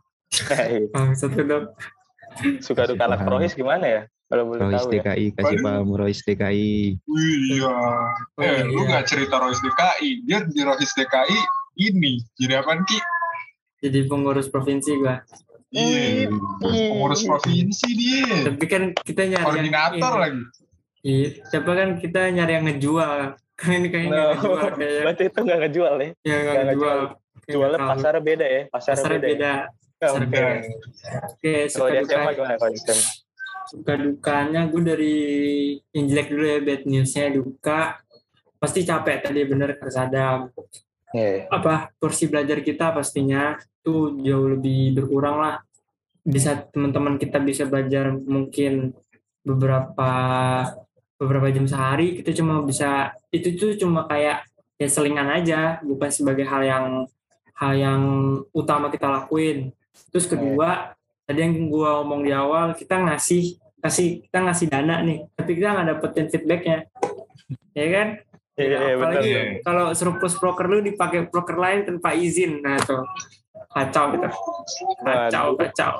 Ah, satu Dam. Suka duka anak Rohis gimana ya? Kalau boleh Rohis tahu ya. D K I, kasih Waduh. paham Rohis D K I. Wih, iya. Oh, Eh, lu iya. gak cerita Rohis D K I. Dia di Rohis D K I ini. Jadi apaan, Ki? Jadi pengurus provinsi gua. Iya. Pengurus provinsi dia. Tapi kan kita nyari Koordinator yang lagi. Iya, siapa kan kita nyari yang ngejual. Kan ini kayaknya nggak No. ngejual kayaknya. Berarti itu nggak ngejual ya? Ya nggak nggak ngejual. ngejual. Jualnya pasarnya beda ya? Pasarnya, Pasarnya beda. beda. Ya? Pasarnya Oke. beda. Oke, Kalau suka di S M A duka. gimana kalau di S M A? Suka dukanya gue dari yang jelek dulu ya, bad newsnya. Duka pasti capek tadi bener kata Sadam. Iya. Apa porsi belajar kita pastinya tuh jauh lebih berkurang lah. Di saat teman-teman kita bisa belajar mungkin beberapa beberapa jam sehari, kita cuma bisa itu tuh cuma kayak ya selingan aja, bukan sebagai hal yang hal yang utama kita lakuin. Terus kedua, tadi yang gue omong di awal, kita ngasih kasih kita ngasih dana nih, tapi kita nggak dapetin feedbacknya, ya kan? Iya, iya, benar. Apalagi Iya. kalau surplus broker lu dipakai broker lain tanpa izin, nah tuh kacau gitu, kacau Waduh. kacau.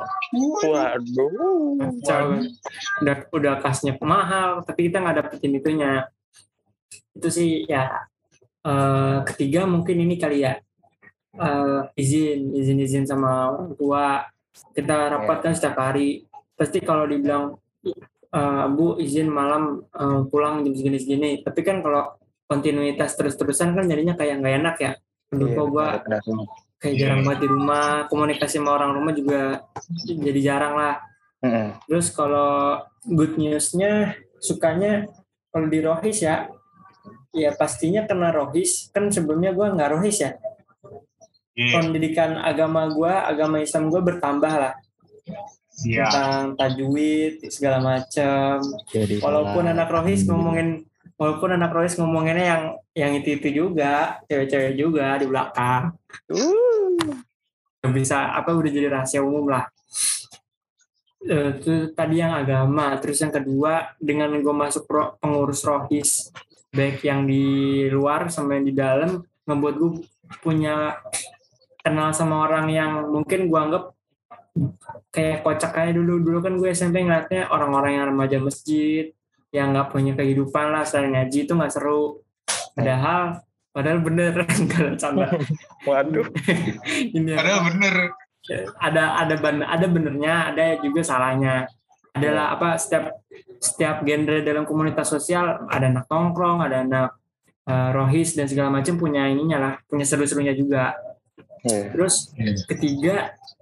Waduh. Kacau. Udah udah kasnya mahal, tapi kita nggak dapetin itunya. Itu sih ya. Eh, ketiga mungkin ini kali ya. Eh, izin, izin-izin sama orang tua. Kita rapatkan setiap hari. Pasti kalau dibilang eh, Bu izin malam eh, pulang jam segini-segini. Tapi kan kalau kontinuitas terus-terusan kan jadinya kayak nggak enak ya. Menurut Iya, gua benar, benar. kayak Iya. jarang banget di rumah. Komunikasi sama orang rumah juga jadi jarang lah. Mm-mm. Terus kalau good news-nya sukanya kalau di Rohis ya, ya pastinya kena Rohis. Kan sebelumnya gue nggak Rohis ya. Iya. Pendidikan agama gue, agama Islam gue bertambah lah. Iya. Tentang tajwid, segala macam. Jadi Walaupun salah. anak Rohis Hmm. ngomongin, walaupun anak Rohis ngomonginnya yang yang itu-itu juga, cewek-cewek juga di belakang. Nggak bisa, apa udah jadi rahasia umum lah. Eh, itu tadi yang agama, terus yang kedua dengan gue masuk ro- pengurus Rohis, baik yang di luar sama yang di dalam, ngebuat gue punya kenal sama orang yang mungkin gue anggap kayak kocak kayak dulu dulu kan gue S M P ngeliatnya orang-orang yang remaja masjid yang nggak punya kehidupan lah selain ngaji itu nggak seru, padahal padahal bener nggak canda. Waduh. Ini Padahal bener. ada ada ban- ada benernya, ada juga salahnya. Adalah apa setiap setiap genre dalam komunitas sosial ada anak nongkrong, ada anak uh, Rohis dan segala macam punya ininya lah, punya seru-serunya juga. Iya. Terus Iya. ketiga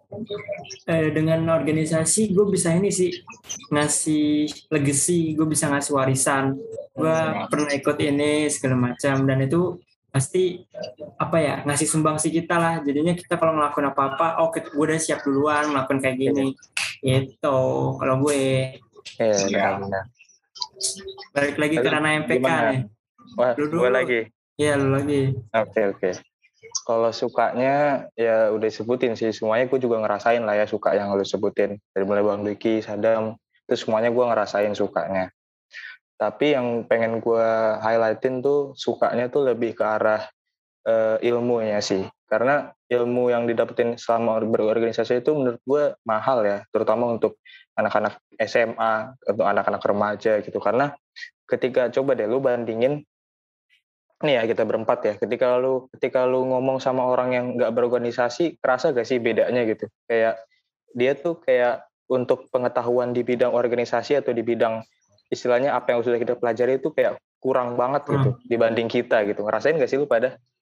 eh, dengan organisasi gue bisa ini sih ngasih legacy, gue bisa ngasih warisan. Gue pernah ikut ini segala macam dan itu pasti apa ya ngasih sumbangsi kita lah, jadinya kita kalau ngelakuin apa-apa oh gue udah siap duluan ngelakuin kayak gini gitu kalau gue. Iya, Siap. benar-benar. Balik lagi ke Lalu ranah M P K gimana? nih. Wah, Lu dulu. gue lagi. Iya lu lagi. Oke, oke. Kalau sukanya ya udah sebutin sih, semuanya gue juga ngerasain lah ya suka yang lo sebutin. Dari mulai Bang Dwiki, Sadam, itu semuanya gue ngerasain sukanya. Tapi yang pengen gue highlightin tuh sukanya tuh lebih ke arah uh, ilmunya sih. Karena ilmu yang didapetin selama berorganisasi itu menurut gue mahal ya, terutama untuk anak-anak S M A, untuk anak-anak remaja gitu. Karena ketika coba deh lu bandingin, nih ya kita berempat ya, ketika lu ketika lu ngomong sama orang yang nggak berorganisasi, kerasa gak sih bedanya gitu? Kayak dia tuh kayak untuk pengetahuan di bidang organisasi atau di bidang istilahnya apa yang sudah kita pelajari itu kayak kurang banget gitu hmm. dibanding kita gitu. Ngerasain gak sih lu pada?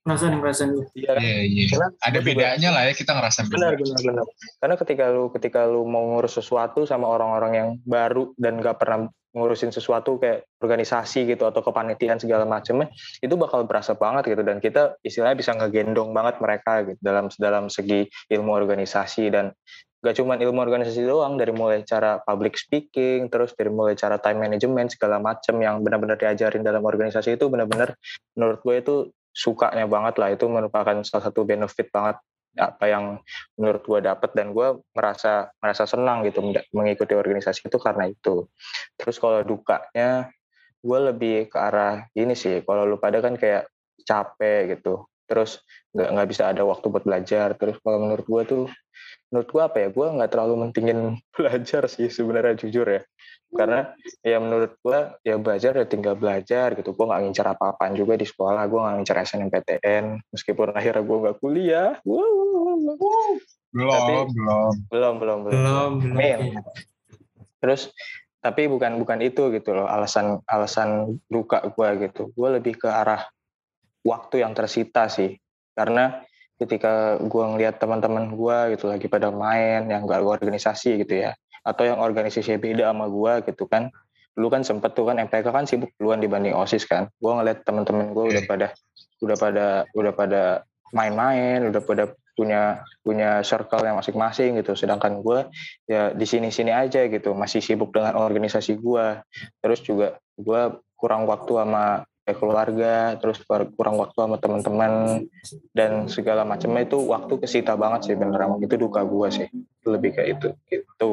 Ngerasain ngerasain gue. Iya kan? Iya, iya. Karena Ada gua juga- bedanya lah ya kita ngerasa benar beda. benar benar karena ketika lu ketika lu mau ngurus sesuatu sama orang-orang yang baru dan gak pernah ngurusin sesuatu kayak organisasi gitu atau kepanitiaan segala macamnya, itu bakal berasa banget gitu, dan kita istilahnya bisa ngegendong banget mereka gitu dalam dalam segi ilmu organisasi. Dan gak cuma ilmu organisasi doang, dari mulai cara public speaking, terus dari mulai cara time management segala macam yang benar-benar diajarin dalam organisasi itu benar-benar menurut gue itu sukanya banget lah. Itu merupakan salah satu benefit banget apa yang menurut gue dapet, dan gue merasa merasa senang gitu mengikuti organisasi itu karena itu. Terus kalau dukanya gue lebih ke arah ini sih, kalau lu pada kan kayak capek gitu, terus nggak nggak bisa ada waktu buat belajar. Terus kalau menurut gue tuh menurut gue apa ya, gue nggak terlalu mentingin belajar sih sebenarnya, jujur ya, karena ya menurut gue ya belajar ya tinggal belajar gitu. Gue nggak ngincar apa-apaan juga di sekolah, gue nggak ngincar S N M P T N meskipun akhirnya gue nggak kuliah. Wow. Belum, Tapi belum. belum belum belum Belum belum. Amin. Iya. Terus tapi bukan bukan itu gitu loh alasan alasan duka gue gitu. Gue lebih ke arah waktu yang tersita sih, karena ketika gue ngeliat teman-teman gue gitu lagi pada main yang gak organisasi gitu ya, atau yang organisasi beda sama gue gitu kan. Dulu kan sempet tuh kan M P K kan sibuk duluan dibanding OSIS kan. Gue ngeliat teman-teman gue udah pada udah pada udah pada main-main, udah pada punya punya circle yang masing-masing gitu. Sedangkan gue ya di sini-sini aja gitu, masih sibuk dengan organisasi gue. Terus juga gue kurang waktu sama keluarga, terus kurang waktu sama teman-teman dan segala macamnya. Itu waktu kesita banget sih beneran. Itu duka gue sih, lebih kayak itu gitu.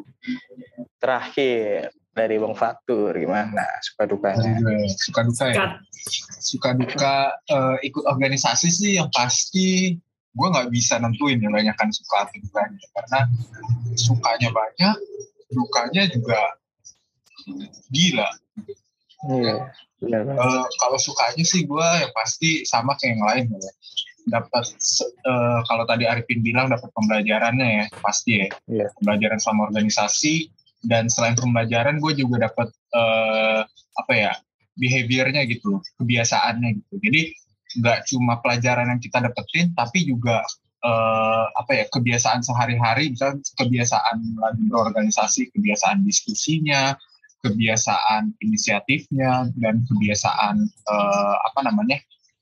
Terakhir dari Bang Fatur, gimana suka dukanya? Suka duka ya. Cut. Suka duka eh, ikut organisasi sih yang pasti gue nggak bisa nentuin ya banyakkan suka atau dukanya, karena sukanya banyak, dukanya juga gila. Iya. Uh, kalau sukanya sih gue yang pasti sama kayak yang lain ya. Dapat uh, kalau tadi Arifin bilang dapat pembelajarannya ya pasti ya. Yeah. Pembelajaran sama organisasi, dan selain pembelajaran gue juga dapat uh, apa ya behaviornya gitu, kebiasaannya gitu. Jadi nggak cuma pelajaran yang kita dapetin, tapi juga uh, apa ya kebiasaan sehari-hari, misalnya kebiasaan lagi berorganisasi, kebiasaan diskusinya, kebiasaan inisiatifnya, dan kebiasaan uh, apa namanya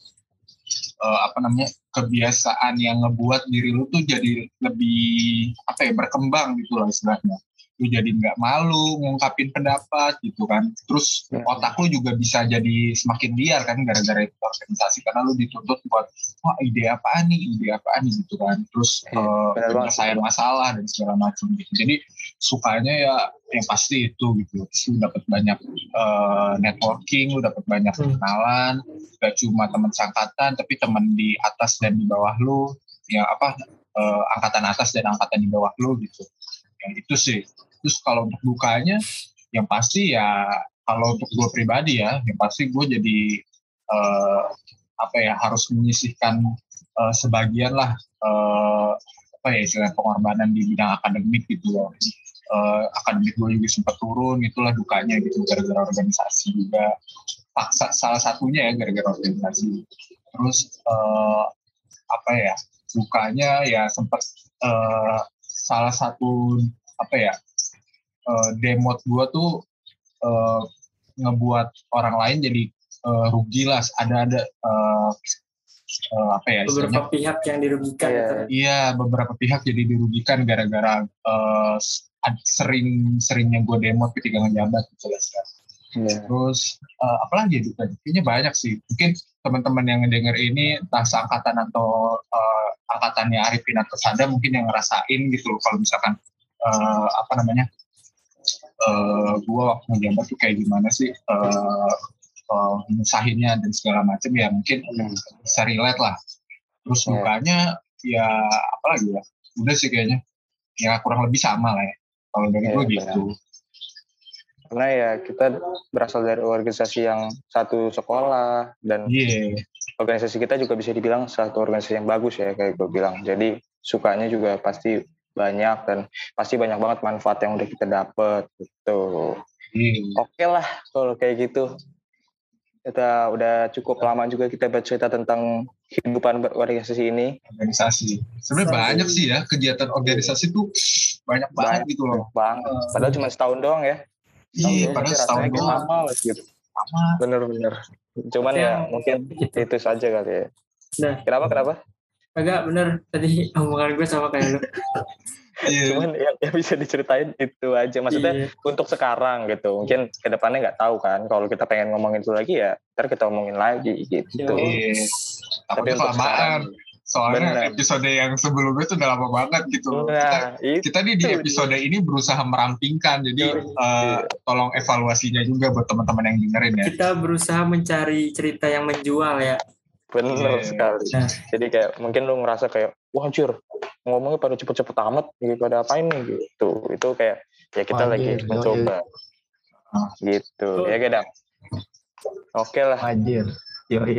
uh, apa namanya kebiasaan yang ngebuat diri lu tuh jadi lebih apa ya berkembang gitu lah istilahnya. Lu jadi nggak malu ngungkapin pendapat gitu kan. Terus otak lu juga bisa jadi semakin liar kan gara-gara itu organisasi, karena lu dituntut buat wah ide apaan nih, ide apaan nih gitu kan. Terus ya, uh, penyelesaian masalah dan segala macam gitu. Jadi sukanya ya yang pasti itu gitu. Terus lu dapat banyak uh, networking, lu dapat banyak kenalan, gak cuma teman seangkatan tapi teman di atas dan di bawah lu, ya apa uh, angkatan atas dan angkatan di bawah lu gitu. Ya, itu sih. Terus kalau untuk dukanya yang pasti ya kalau untuk gue pribadi ya yang pasti gue jadi uh, apa ya harus menyisihkan uh, sebagian lah uh, apa ya istilah pengorbanan di bidang akademik gitu loh. Uh, akademik gue juga sempat turun, itulah dukanya gitu gara-gara organisasi juga. Paksa salah satunya ya gara-gara organisasi. Terus uh, apa ya dukanya ya sempat uh, salah satu apa ya uh, demot gue tuh uh, ngebuat orang lain jadi uh, rugi lah. Ada ada uh, uh, apa ya beberapa istilahnya? Pihak yang dirugikan. Iya, gitu. Iya beberapa pihak jadi dirugikan gara-gara uh, sering-seringnya gue demot ketika ngejabat gitu lah. Yeah. Terus uh, apalagi dukanya? Kayaknya banyak sih. Mungkin teman-teman yang ngedenger ini entah seangkatan atau uh, angkatannya Arifin atau Sanda mungkin yang ngerasain gitu loh kalau misalkan Uh, apa namanya uh, gue waktu ngejabat tuh kayak gimana sih uh, uh, nyusahinnya dan segala macam ya mungkin hmm. bisa relate lah. Terus yeah. dukanya ya apalagi ya udah sih kayaknya ya kurang lebih sama lah ya kalau dari yeah, gue gitu. Karena ya kita berasal dari organisasi yang satu sekolah dan yeah. organisasi kita juga bisa dibilang satu organisasi yang bagus ya kayak gue bilang. Jadi sukanya juga pasti banyak dan pasti banyak banget manfaat yang udah kita dapet gitu. Hmm. Oke lah kalau kayak gitu. Kita udah cukup lama juga kita bercerita tentang kehidupan berorganisasi ini. Organisasi. Sebenarnya banyak sih ya kegiatan organisasi tuh banyak banget Banyak gitu loh. banget. Padahal cuma setahun doang ya. Iya, Tahun padahal doang, setahun rasanya kayak doang. lama gitu. Lama. Bener-bener. Cuman Tapi ya yang- mungkin gitu. itu saja kali ya. Nah, Kenapa kenapa? agak bener tadi omongan gue sama kayak lu. Iya. Cuman yang, yang bisa diceritain itu aja. Maksudnya Iya. untuk sekarang gitu. Mungkin kedepannya nggak tahu kan. Kalau kita pengen ngomongin itu lagi ya, ntar kita omongin lagi gitu. Iya. Tapi Takutnya untuk kelamaan. Soalnya Bener. episode yang sebelumnya tuh udah lama banget gitu loh. Kita, Nah, itu kita nih di episode ini berusaha merampingkan. Jadi Iya. eh, tolong evaluasinya juga buat teman-teman yang dengerin ya. Kita berusaha mencari cerita yang menjual ya. bener Iya. sekali. Nah. Jadi kayak mungkin lu ngerasa kayak, wah anjir, ngomongnya pada cepet-cepet amat, gitu, pada apain nih gitu. Itu kayak ya kita Wajib, lagi yoi. mencoba. Gitu. Oh. Ya Gedang. Oke lah. Anjir. Yoi.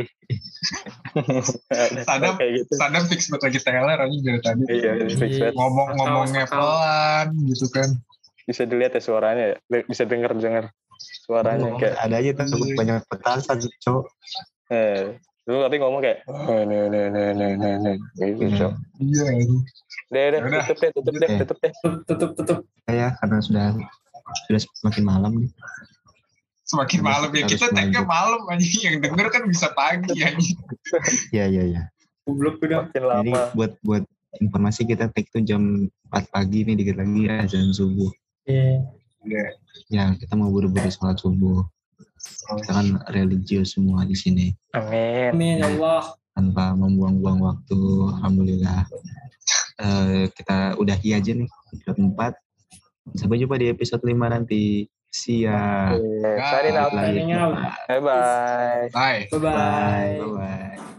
Sadam, Kayak gitu. Sadam fix banget lagi teler aja dari tadi. Iya, fix banget. Ngomong-ngomongnya Akal, akal. pelan gitu kan. Bisa dilihat ya suaranya ya. Bisa denger denger suaranya Ngomong kayak ada aja takut banyak petasan cowok. eh lu tapi ngomong kayak oh, nih nih nih nih nih nih gitu. Cok. Iya. itu. Deh deh Yaudah. tutup deh tutup deh Oke. tutup deh. Tutup, tutup, tutup. Ya karena sudah sudah semakin malam nih. Semakin Harus- malam ya harus kita tag-nya lanjut. malam aja, yang denger kan bisa pagi aja. Iya iya iya. Goblok udah. Makin Jadi lama. buat buat informasi kita take tuh jam empat pagi nih, dikit lagi azan subuh. Iya. Iya. Ya kita mau buru-buru sholat subuh. Kita kan religius semua di sini Amin. Amin ya Allah. tanpa membuang-buang waktu. Alhamdulillah. Eh, kita udahi aja nih episode empat. Sampai jumpa di episode lima nanti. Siap. Oke, signing out. Signing out. Bye bye. Bye. Bye-bye. Bye bye.